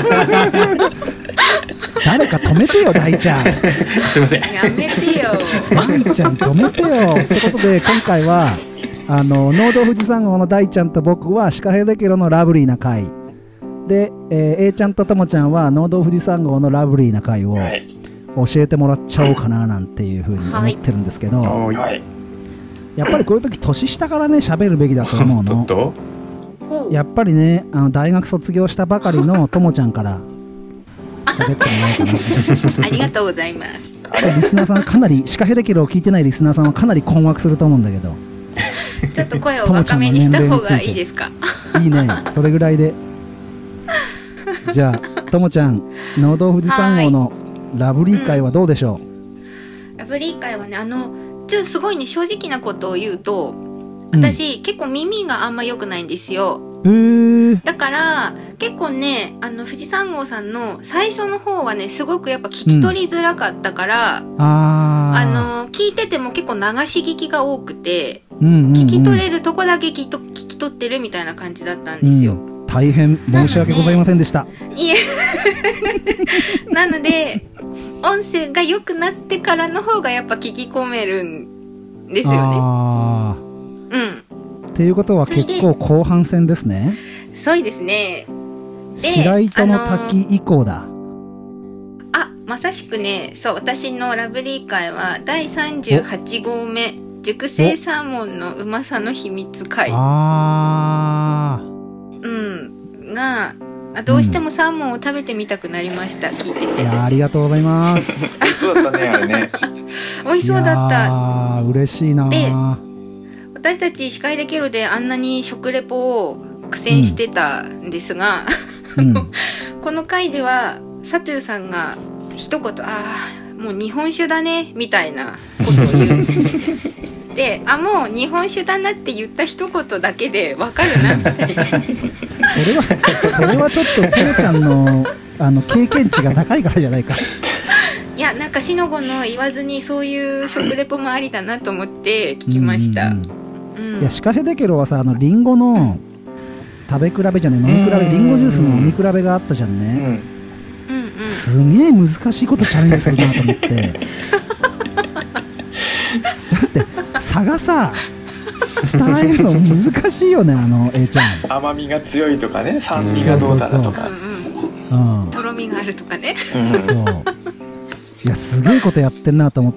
S1: 誰か止めてよ大ちゃん
S5: すいません、
S3: やめてよ
S1: 大ちゃん止めてよってことで、今回は農道富士山号の大ちゃんと僕はシカヘデケロのラブリーな回で、A ちゃんとともちゃんは農道富士山号のラブリーな回を教えてもらっちゃおうかななんていうふうに思ってるんですけど、やっぱりこういう時年下からね喋るべきだと思うの。やっぱりね大学卒業したばかりのともちゃんから喋ってもらおうかな
S3: ありがとうございます。
S1: リスナーさんかなりシカヘデケロを聞いてないリスナーさんはかなり困惑すると思うんだけど、
S3: ちょっと声を若めにした方がいいですか。
S1: いいね、それぐらいで。じゃあともちゃん農道富士山号のラブリー会はどうでしょう。
S3: ラブリー会はねちょっとすごいね正直なことを言うと、私、結構耳があんま良くないんですよ。だから結構ね富士山号さんの最初の方はねすごくやっぱ聞き取りづらかったから、聞いてても結構流し聞きが多くて、聞き取れるとこだけ聞き取ってるみたいな感じだったんですよ。
S1: 大変申し訳ございませんでした。
S3: いえなので音声が良くなってからの方がやっぱ聞き込めるんですよね。
S1: っていうことは結構後半戦ですね。
S3: そうですね。
S1: 白糸の滝以降だ。
S3: まさしくね、そう私のラブリー会は第38号目熟成サーモンのうまさの秘密会がどうしてもサーモンを食べてみたくなりました。聞いてて。
S1: ありがとうございます。
S2: 美味しそうだったねあれね。
S3: 美味しそうだった。
S1: 嬉しいな。
S3: で私たち司会できるであんなに食レポを苦戦してたんですが、この回ではサトゥーさんが一言もう日本酒だねみたいなことを言うでもう日本酒だなって言った一言だけで分かるなみたいな
S1: それはちょっとともちゃんの経験値が高いからじゃないか。
S3: いやなんかしのごの言わずにそういう食レポもありだなと思って聞きました。
S1: いやシカヘデケロはさリンゴの食べ比べじゃねえ飲み比べリンゴジュースの飲み比べがあったじゃんね。すげえ難しいことチャレンジするなと思ってだって差がさ伝えるの難しいよねA ちゃん。
S2: 甘みが強いとかね酸味がどうだとか
S3: とろみがあるとかね。
S1: そういやすげえことやってんなと思って。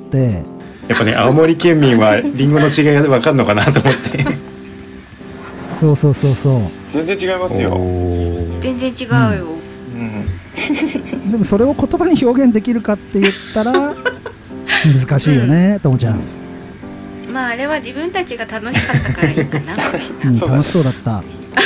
S5: やっぱね青森県民はリンゴの違いが分かるのかなと思って
S1: そう
S2: 全然違いますよ。
S3: 全然違うよ。
S1: でもそれを言葉に表現できるかって言ったら難しいよね、ともちゃん。
S3: まああれは自分たちが楽しかったからいいかな。
S1: 楽しそうだった。
S3: あ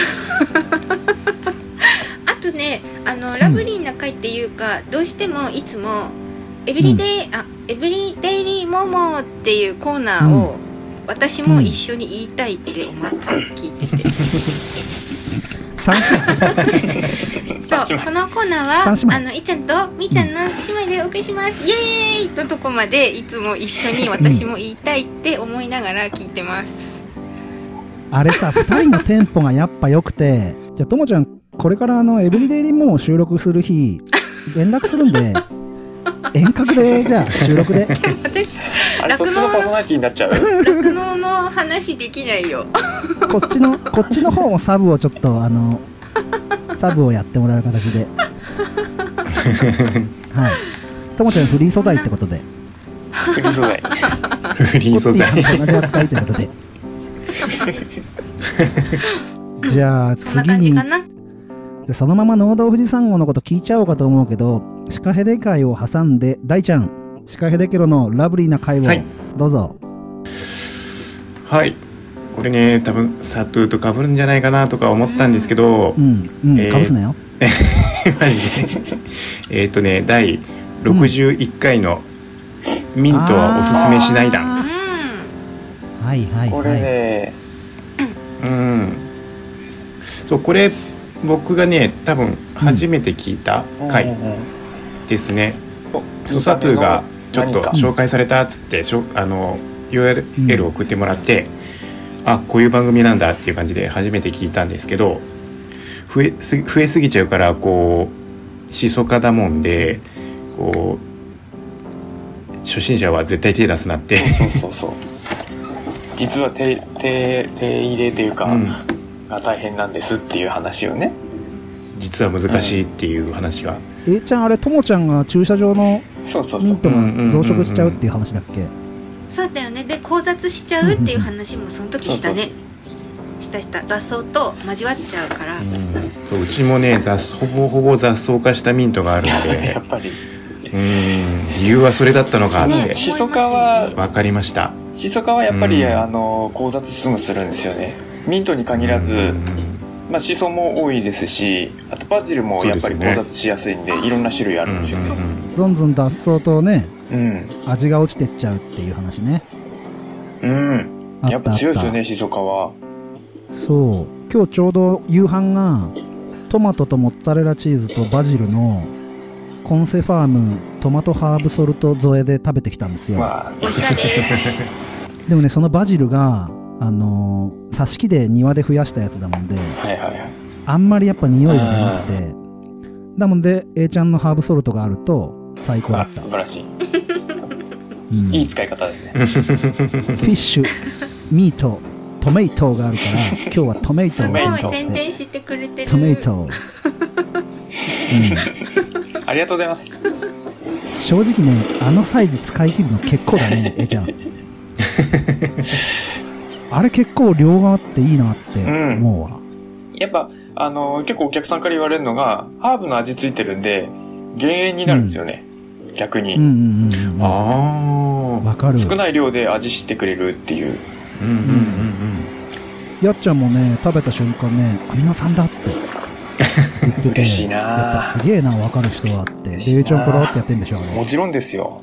S3: とねラブリーな回っていうか、どうしてもいつもエブリデイリーモモっていうコーナーを、私も一緒に言いたいって思っちゃう、聞いてて。そうこのコーナーはいっちゃんとみーちゃんの姉妹でお送りします、イエーイのとこまでいつも一緒に私も言いたいって思いながら聞いてます。
S1: あれさ2人のテンポがやっぱ良くて、じゃあともちゃんこれからエブリデイリーモモを収録する日連絡するんで遠隔でじゃあ収録で
S3: 私
S2: そっちのパーソナリティになっちゃう。
S3: 酪農の話できないよ。
S1: こっちの方もサブをちょっとサブをやってもらう形ではいともちゃんフリー素材ってことで
S2: フリー素材
S5: フリー素材
S1: 同じ扱いということでじゃあ次にそのまま農道富士山号のこと聞いちゃおうかと思うけど、シカヘデ会を挟んで大ちゃんシカヘデケロのラブリーな会をどうぞ。
S5: はい、これね多分サトゥーと被るんじゃないかなとか思ったんですけど、
S1: かぶすなよ
S7: マジで第61回のミントはおすすめしないだ、
S1: はいはいはい、
S2: これね、
S7: そうこれ僕がね多分初めて聞いた回ですね。ソサトゥがちょっと紹介されたっつって、URL を送ってもらって、あこういう番組なんだっていう感じで初めて聞いたんですけど、増えすぎちゃうからこうしそかだもんでこう初心者は絶対手出すなって
S2: そう実は手入れというか、が大変なんですっていう話をね、
S7: 実は難しいっていう話が、
S1: A ちゃんあれともちゃんが駐車場のミントが増殖しちゃうっていう話だっけ。
S3: そうだよね。で交雑しちゃうっていう話もその時したね。した雑草と交わっちゃうから、
S7: そううちもねほぼ雑草化したミントがあるんで
S2: やっぱり
S7: 理由はそれだったのかって
S2: シソ科は
S7: 分かりました。
S2: シソ科はやっぱり交雑すぐするんですよね。ミントに限らず、シソも多いですし、あとバジルもやっぱり交雑しやすいんで、いろんな種類あるんですよね。
S1: どんどん脱草とね、味が落ちてっちゃうっていう話ね。
S2: やっぱ強いですよね、シソ科は。
S1: そう今日ちょうど夕飯がトマトとモッツァレラチーズとバジルのコンセファームトマトハーブソルト添えで食べてきたんですよ。
S3: おしゃれ
S1: でもねそのバジルが挿し木で庭で増やしたやつだもんで、あんまりやっぱ匂いが出なくて、だもんで A ちゃんのハーブソルトがあると最高だった。
S2: 素晴らしい、いい使い方ですね。フィ
S1: ッシュミートトメイトがあるから今日はトメイトを
S3: 宣伝してくれてる。
S1: トメイト、
S2: ありがとうございます。
S1: 正直ねあのサイズ使い切るの結構だねえちゃんあれ結構量があっていいなって思うわ、
S2: やっぱ結構お客さんから言われるのがハーブの味ついてるんで減塩になるんですよね、逆に。
S1: わかる。
S2: 少ない量で味してくれるっていう。
S1: やっちゃんもね食べた瞬間ねアミノ酸だって言ってて
S2: 嬉しいな。
S1: やっぱすげえな分かる人はって。で A ちゃんこだわってやってんでしょ。
S2: もちろんですよ。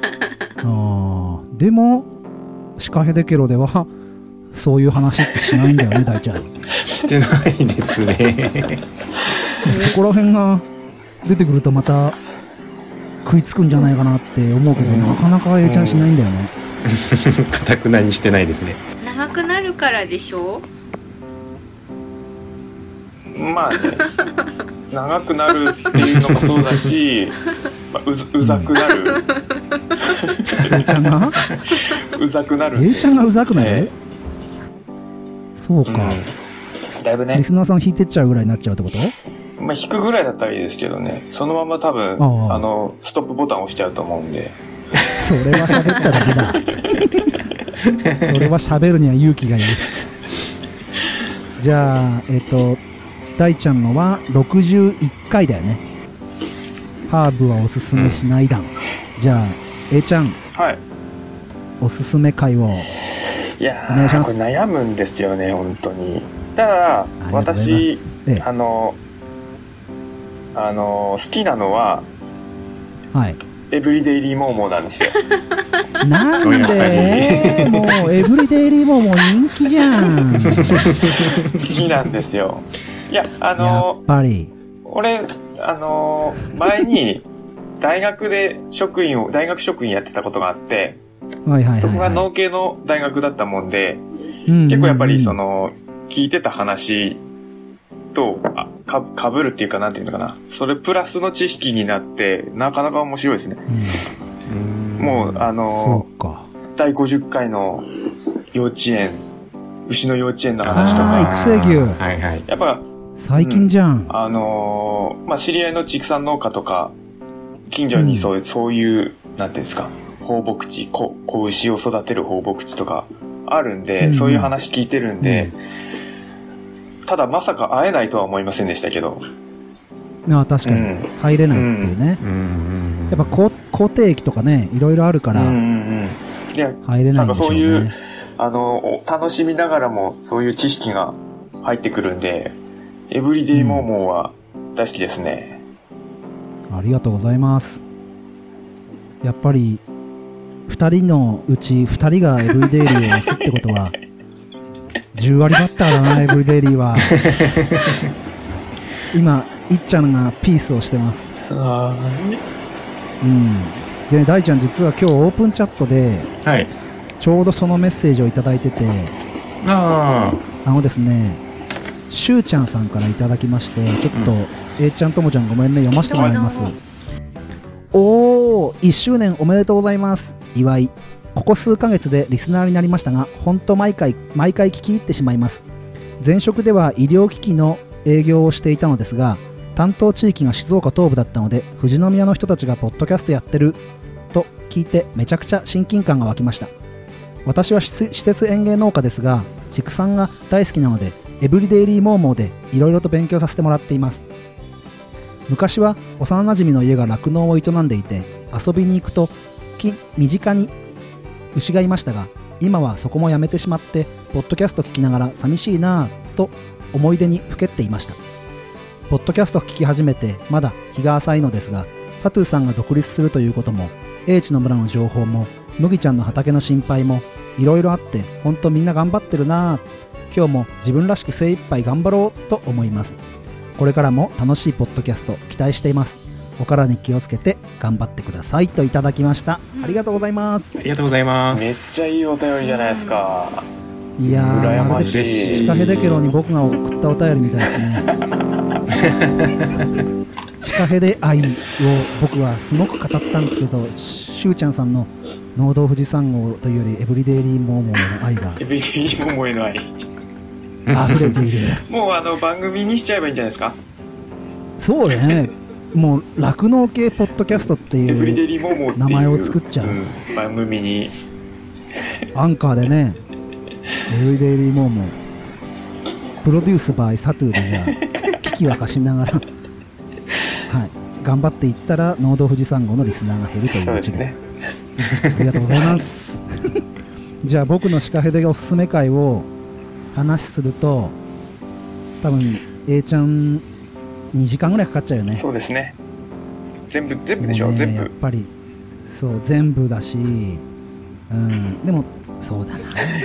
S1: でもシカヘデケロではそういう話ってしないんだよね大ちゃん。
S7: してないですね
S1: そこら辺が出てくるとまた食いつくんじゃないかなって思うけど、なかなか A ちゃんしないんだよね。
S7: かたくなにしてないですね。
S3: 長くなるからでしょ。
S2: まあね長くなるっていうのもそうだし、うざくなる。
S1: A ちゃんが
S2: うざくなる。
S1: A ちゃんがうざくなる、そうか、
S2: だいぶね
S1: リスナーさん引いてっちゃうぐらいになっちゃうってこと。
S2: 引くぐらいだったらいいですけどね、そのまま多分ストップボタン押しちゃうと思うんで。
S1: それは喋っちゃダメだそれは喋るには勇気がいる。じゃあ大ちゃんのは61回だよね。ハーブはおすすめしないだん、じゃあ A ちゃん、おすすめ回をお願いします。
S2: これ悩むんですよね本当に。ただ私好きなのはエブリデイリーモーモーなんですよ。
S1: なんでもうエブリデイリーモーモー人気じゃん。
S2: 好きなんですよ。いや
S1: やっぱり
S2: 俺前に大学職員やってたことがあって、そこが農系の大学だったもんで、結構やっぱり聞いてた話とかぶるっていうか、なんていうのかな、それプラスの知識になってなかなか面白いですね。もう
S1: そうか、
S2: 第50回の牛の幼稚園の話とか、
S1: 育成牛、
S2: やっぱ
S1: 最近じゃん。
S2: 知り合いの畜産農家とか近所にそういうなんていうんですか、放牧地、子牛を育てる放牧地とかあるんで、そういう話聞いてるんで、ただまさか会えないとは思いませんでしたけど。
S1: 確かに入れないっていうね、やっぱ固定機とかねいろいろあるから、入れないんでしょうね。そういう
S2: 楽しみながらもそういう知識が入ってくるんで、エブリデイモーモーは大好きですね。
S1: ありがとうございます。やっぱり2人のうち2人がエブリデイリーを押すってことは10割バッターだな、エブリデイリーは。今いっちゃんがピースをしてます。で大ちゃん、実は今日オープンチャットで、はい、ちょうどそのメッセージをいただいてて、ですね、しゅうちゃんさんからいただきまして、ちょっと A ちゃんともちゃんごめんね、読ませてもらいます。おー、1周年おめでとうございます。祝い。ここ数ヶ月でリスナーになりましたが、ほんと毎回聞き入ってしまいます。前職では医療機器の営業をしていたのですが、担当地域が静岡東部だったので、富士宮の人たちがポッドキャストやってると聞いてめちゃくちゃ親近感が湧きました。私は施設園芸農家ですが、畜産が大好きなので、エブリデイリーモーモーでいろいろと勉強させてもらっています。昔は幼なじみの家が酪農を営んでいて、遊びに行くと身近に牛がいましたが、今はそこもやめてしまって、ポッドキャスト聞きながら寂しいなぁと思い出にふけっていました。ポッドキャスト聞き始めてまだ日が浅いのですが、サトゥーさんが独立するということも、英知の村の情報も、麦ちゃんの畑の心配もいろいろあって、ほんとみんな頑張ってるなぁ。今日も自分らしく精一杯頑張ろうと思います。これからも楽しいポッドキャスト期待しています。お体に気をつけて頑張ってくださいといただきました。ありがとうございます。
S7: ありがとうございます。
S2: めっちゃいいお便りじゃないですか。
S1: いやー、
S2: 羨ましい。
S1: シカヘデケロに僕が送ったお便りみたいですね。シカヘデ愛を僕はすごく語ったんですけど、しゅうちゃんさんの農道富士山号というよりエブリデイリーモーモーの愛が
S2: エブリデイリーモーモーへの愛
S1: 溢れている。
S2: もう番組にしちゃえばいいんじゃないですか。
S1: そうね。もう酪農系ポッドキャストっていう名前を作っちゃう、
S2: 番組に
S1: アンカーでね、エブリデイリーモーモープロデュースバイサトゥーで、じゃあ危機沸かしながらはい、頑張っていったら農道富士山号のリスナーが減るといううち で、ありがとうございますじゃあ僕のシカヘデおすすめ会を話すると、多分 A ちゃん2時間ぐらいかかっちゃうよね。
S2: そうですね。全部でしょ、全部。
S1: やっぱりそう全部だし、でもそうだな、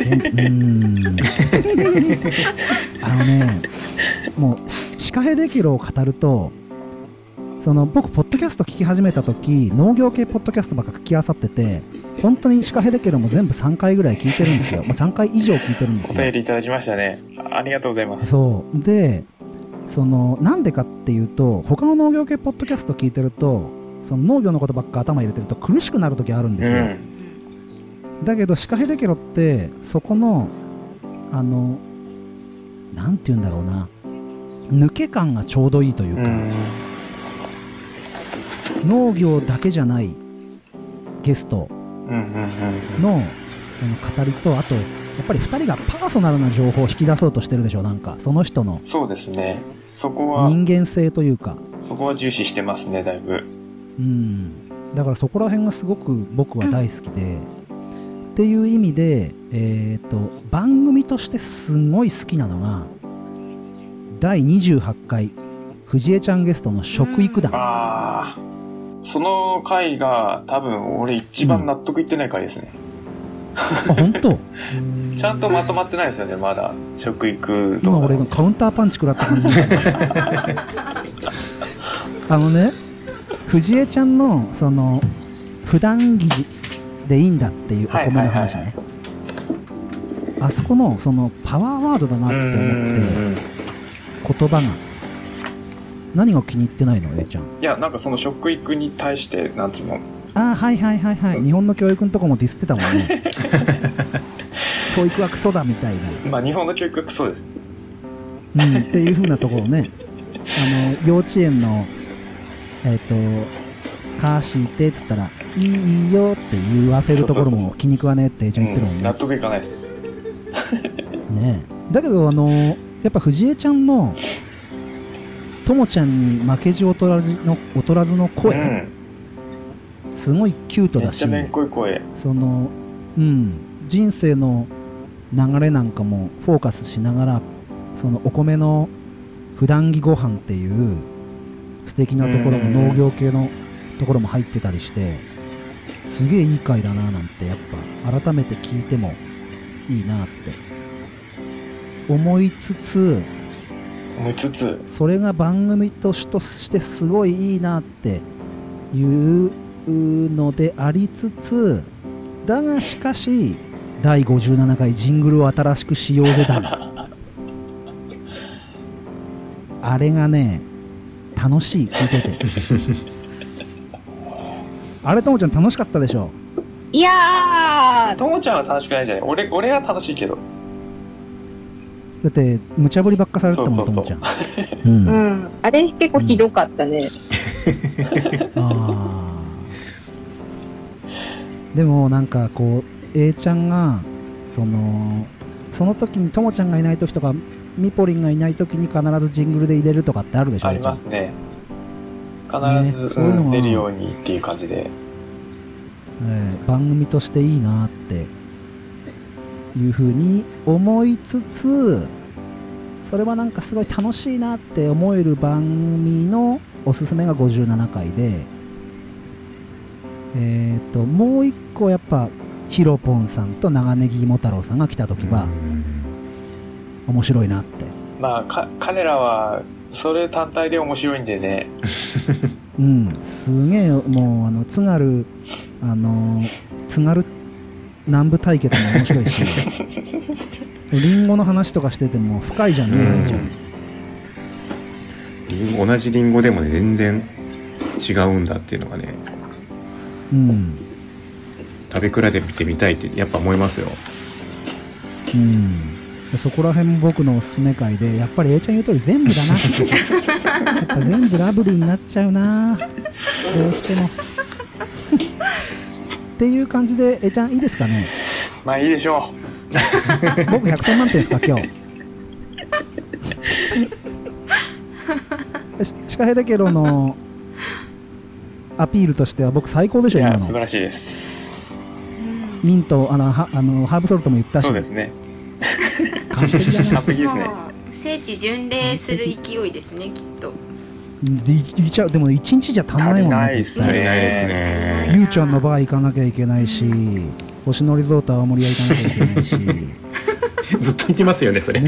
S1: もうシカヘデキロを語ると、僕ポッドキャスト聞き始めた時、農業系ポッドキャストばっか聞きあさってて、本当にシカヘデケロも全部3回ぐらい聞いてるんですよ。3回以上聞いてるんですよ。
S2: お便りいただきましたね。ありがとうございます。
S1: そうで、なんでかっていうと、他の農業系ポッドキャスト聞いてると、農業のことばっか頭入れてると苦しくなる時あるんですよ、だけどシカヘデケロってそこのなんて言うんだろうな、抜け感がちょうどいいというか、農業だけじゃないゲストのその語りと、あとやっぱり2人がパーソナルな情報を引き出そうとしてるでしょ。なんかその人の
S2: そうですね、そこは
S1: 人間性というか、
S2: そこは重視してますね、だいぶ。
S1: だからそこら辺がすごく僕は大好きで、っていう意味で、番組としてすごい好きなのが第28回藤江ちゃんゲストの食育団、
S2: その回が多分俺一番納得いってない回ですね、
S1: 本当
S2: ちゃんとまとまってないですよね、まだ食育とか。
S1: 今俺がカウンターパンチ食らった感じ藤江ちゃんのその普段着でいいんだっていうお米の話ね、あそこのそのパワーワードだなって思って、言葉が何が気に入ってないの A ちゃん。
S2: いや、なんかその食育に対してなんていうの、
S1: はいはいはいはい、日本の教育のとこもディスってたもんね教育はクソだみたいな、
S2: まあ日本の教育はクソです、
S1: っていう風なところね幼稚園のカーシーってっつったらいいよって言わせるところも気に食わねえって A ちゃん言ってるもんね、
S2: 納得いかないです
S1: ね。だけどやっぱ藤江ちゃんのともちゃんに負けじ劣らずの声、すごいキュートだし、
S2: めっちゃめんこい声、
S1: 人生の流れなんかもフォーカスしながら、そのお米の普段着ご飯っていう素敵なところも農業系のところも入ってたりして、すげえいい回だななんてやっぱ改めて聞いてもいいなって思いつつ、それが番組としてすごいいいなっていうのでありつつ、だがしかし第57回ジングルを新しくしようぜだあれがね楽しい、聞いててあれともちゃん楽しかったでしょ。
S2: いやー、ともちゃんは楽しくないじゃない。俺は楽しいけど。
S1: だって無茶ぶりばっかされてたもん、ともちゃん。
S8: うん、あれ結構ひどかったね。
S1: あでもなんかこう A ちゃんがその時にともちゃんがいない時とかみぽりんがいない時に必ずジングルで入れるとかってあるでしょ。
S2: ありますね。必ず、そういうのが出るようにっていう感じで、
S1: 番組としていいなっていう風に思いつつ、それはなんかすごい楽しいなって思える番組のおすすめが57回で、もう一個やっぱヒロポンさんと長ネギ芋太郎さんが来た時は面白いなって。
S2: まあ彼らはそれ単体で面白いんでね
S1: うん、すげえもう津軽南部対決も面白いしリンゴの話とかしてても深いじゃんね、
S7: 同じリンゴでもね全然違うんだっていうのがね、うん、食べ比べてみたいってやっぱ思いますよ。
S1: うん、そこら辺も僕のおすすめ回で、やっぱり A ちゃん言う通り全部だなやっぱ全部ラブリーになっちゃうな、どうしてもっていう感じで A ちゃんいいですかね。
S2: まあいいでしょう
S1: 僕100点満点ですか今日シカヘデケロのアピールとしては僕最高でしょ。
S2: いや
S1: 今の
S2: 素晴らしいです。
S1: ミントハーブソルトも言ったし、
S2: そうですね
S1: 完璧だね。
S2: 完璧ですね。
S3: 聖地巡礼する勢いですねきっと。
S1: でも1日じゃ足んないもんね。
S7: 足りないですね。
S1: ゆうちゃんのバー行かなきゃいけないし、星野リゾート青森屋行かなきゃいけないし
S7: ずっと行きますよねそれね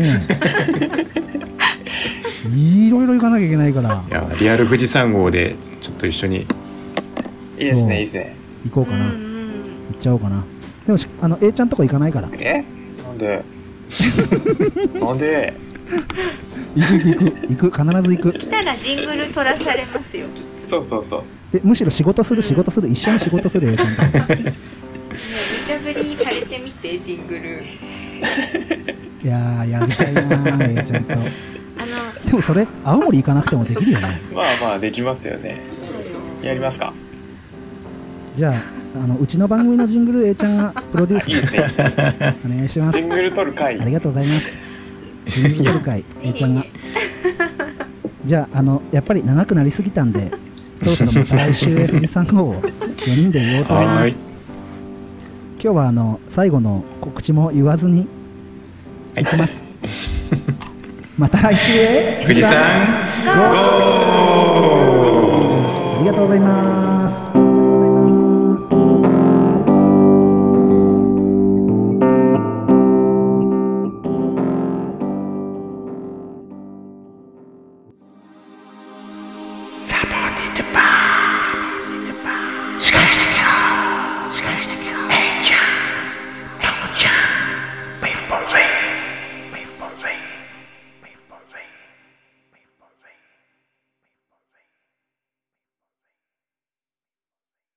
S1: いろいろ行かなきゃいけないから。
S7: いやリアル富士山号でちょっと一緒に。
S2: いいですねいいですね。
S1: 行こうかな、行っちゃおうかな。でもA ちゃんとこ行かないから。
S2: なんでなんで
S1: 行く必ず行く。
S3: 来たらジングル取らされますよきっ
S2: と。そう
S1: むしろ仕事する、一緒に仕事する A ちゃんと
S3: ね、無茶ぶりされてみてジングル
S1: いややりたいな A ちゃんとでもそれ青森行かなくてもできるよね。
S2: まあできますよね。やりますか。
S1: じゃあうちの番組のジングル A ちゃんがプロデュース
S2: いいですね
S1: お願いします。
S2: ジングル取る回
S1: ありがとうございます。ジングル取る回A ちゃんがじゃあやっぱり長くなりすぎたんで、そろそろまた来週富士山号を4人で言おうと思います。今日は最後の告知も言わずにいきます、また来週へ
S7: 富士山号。
S1: ありがとうございます。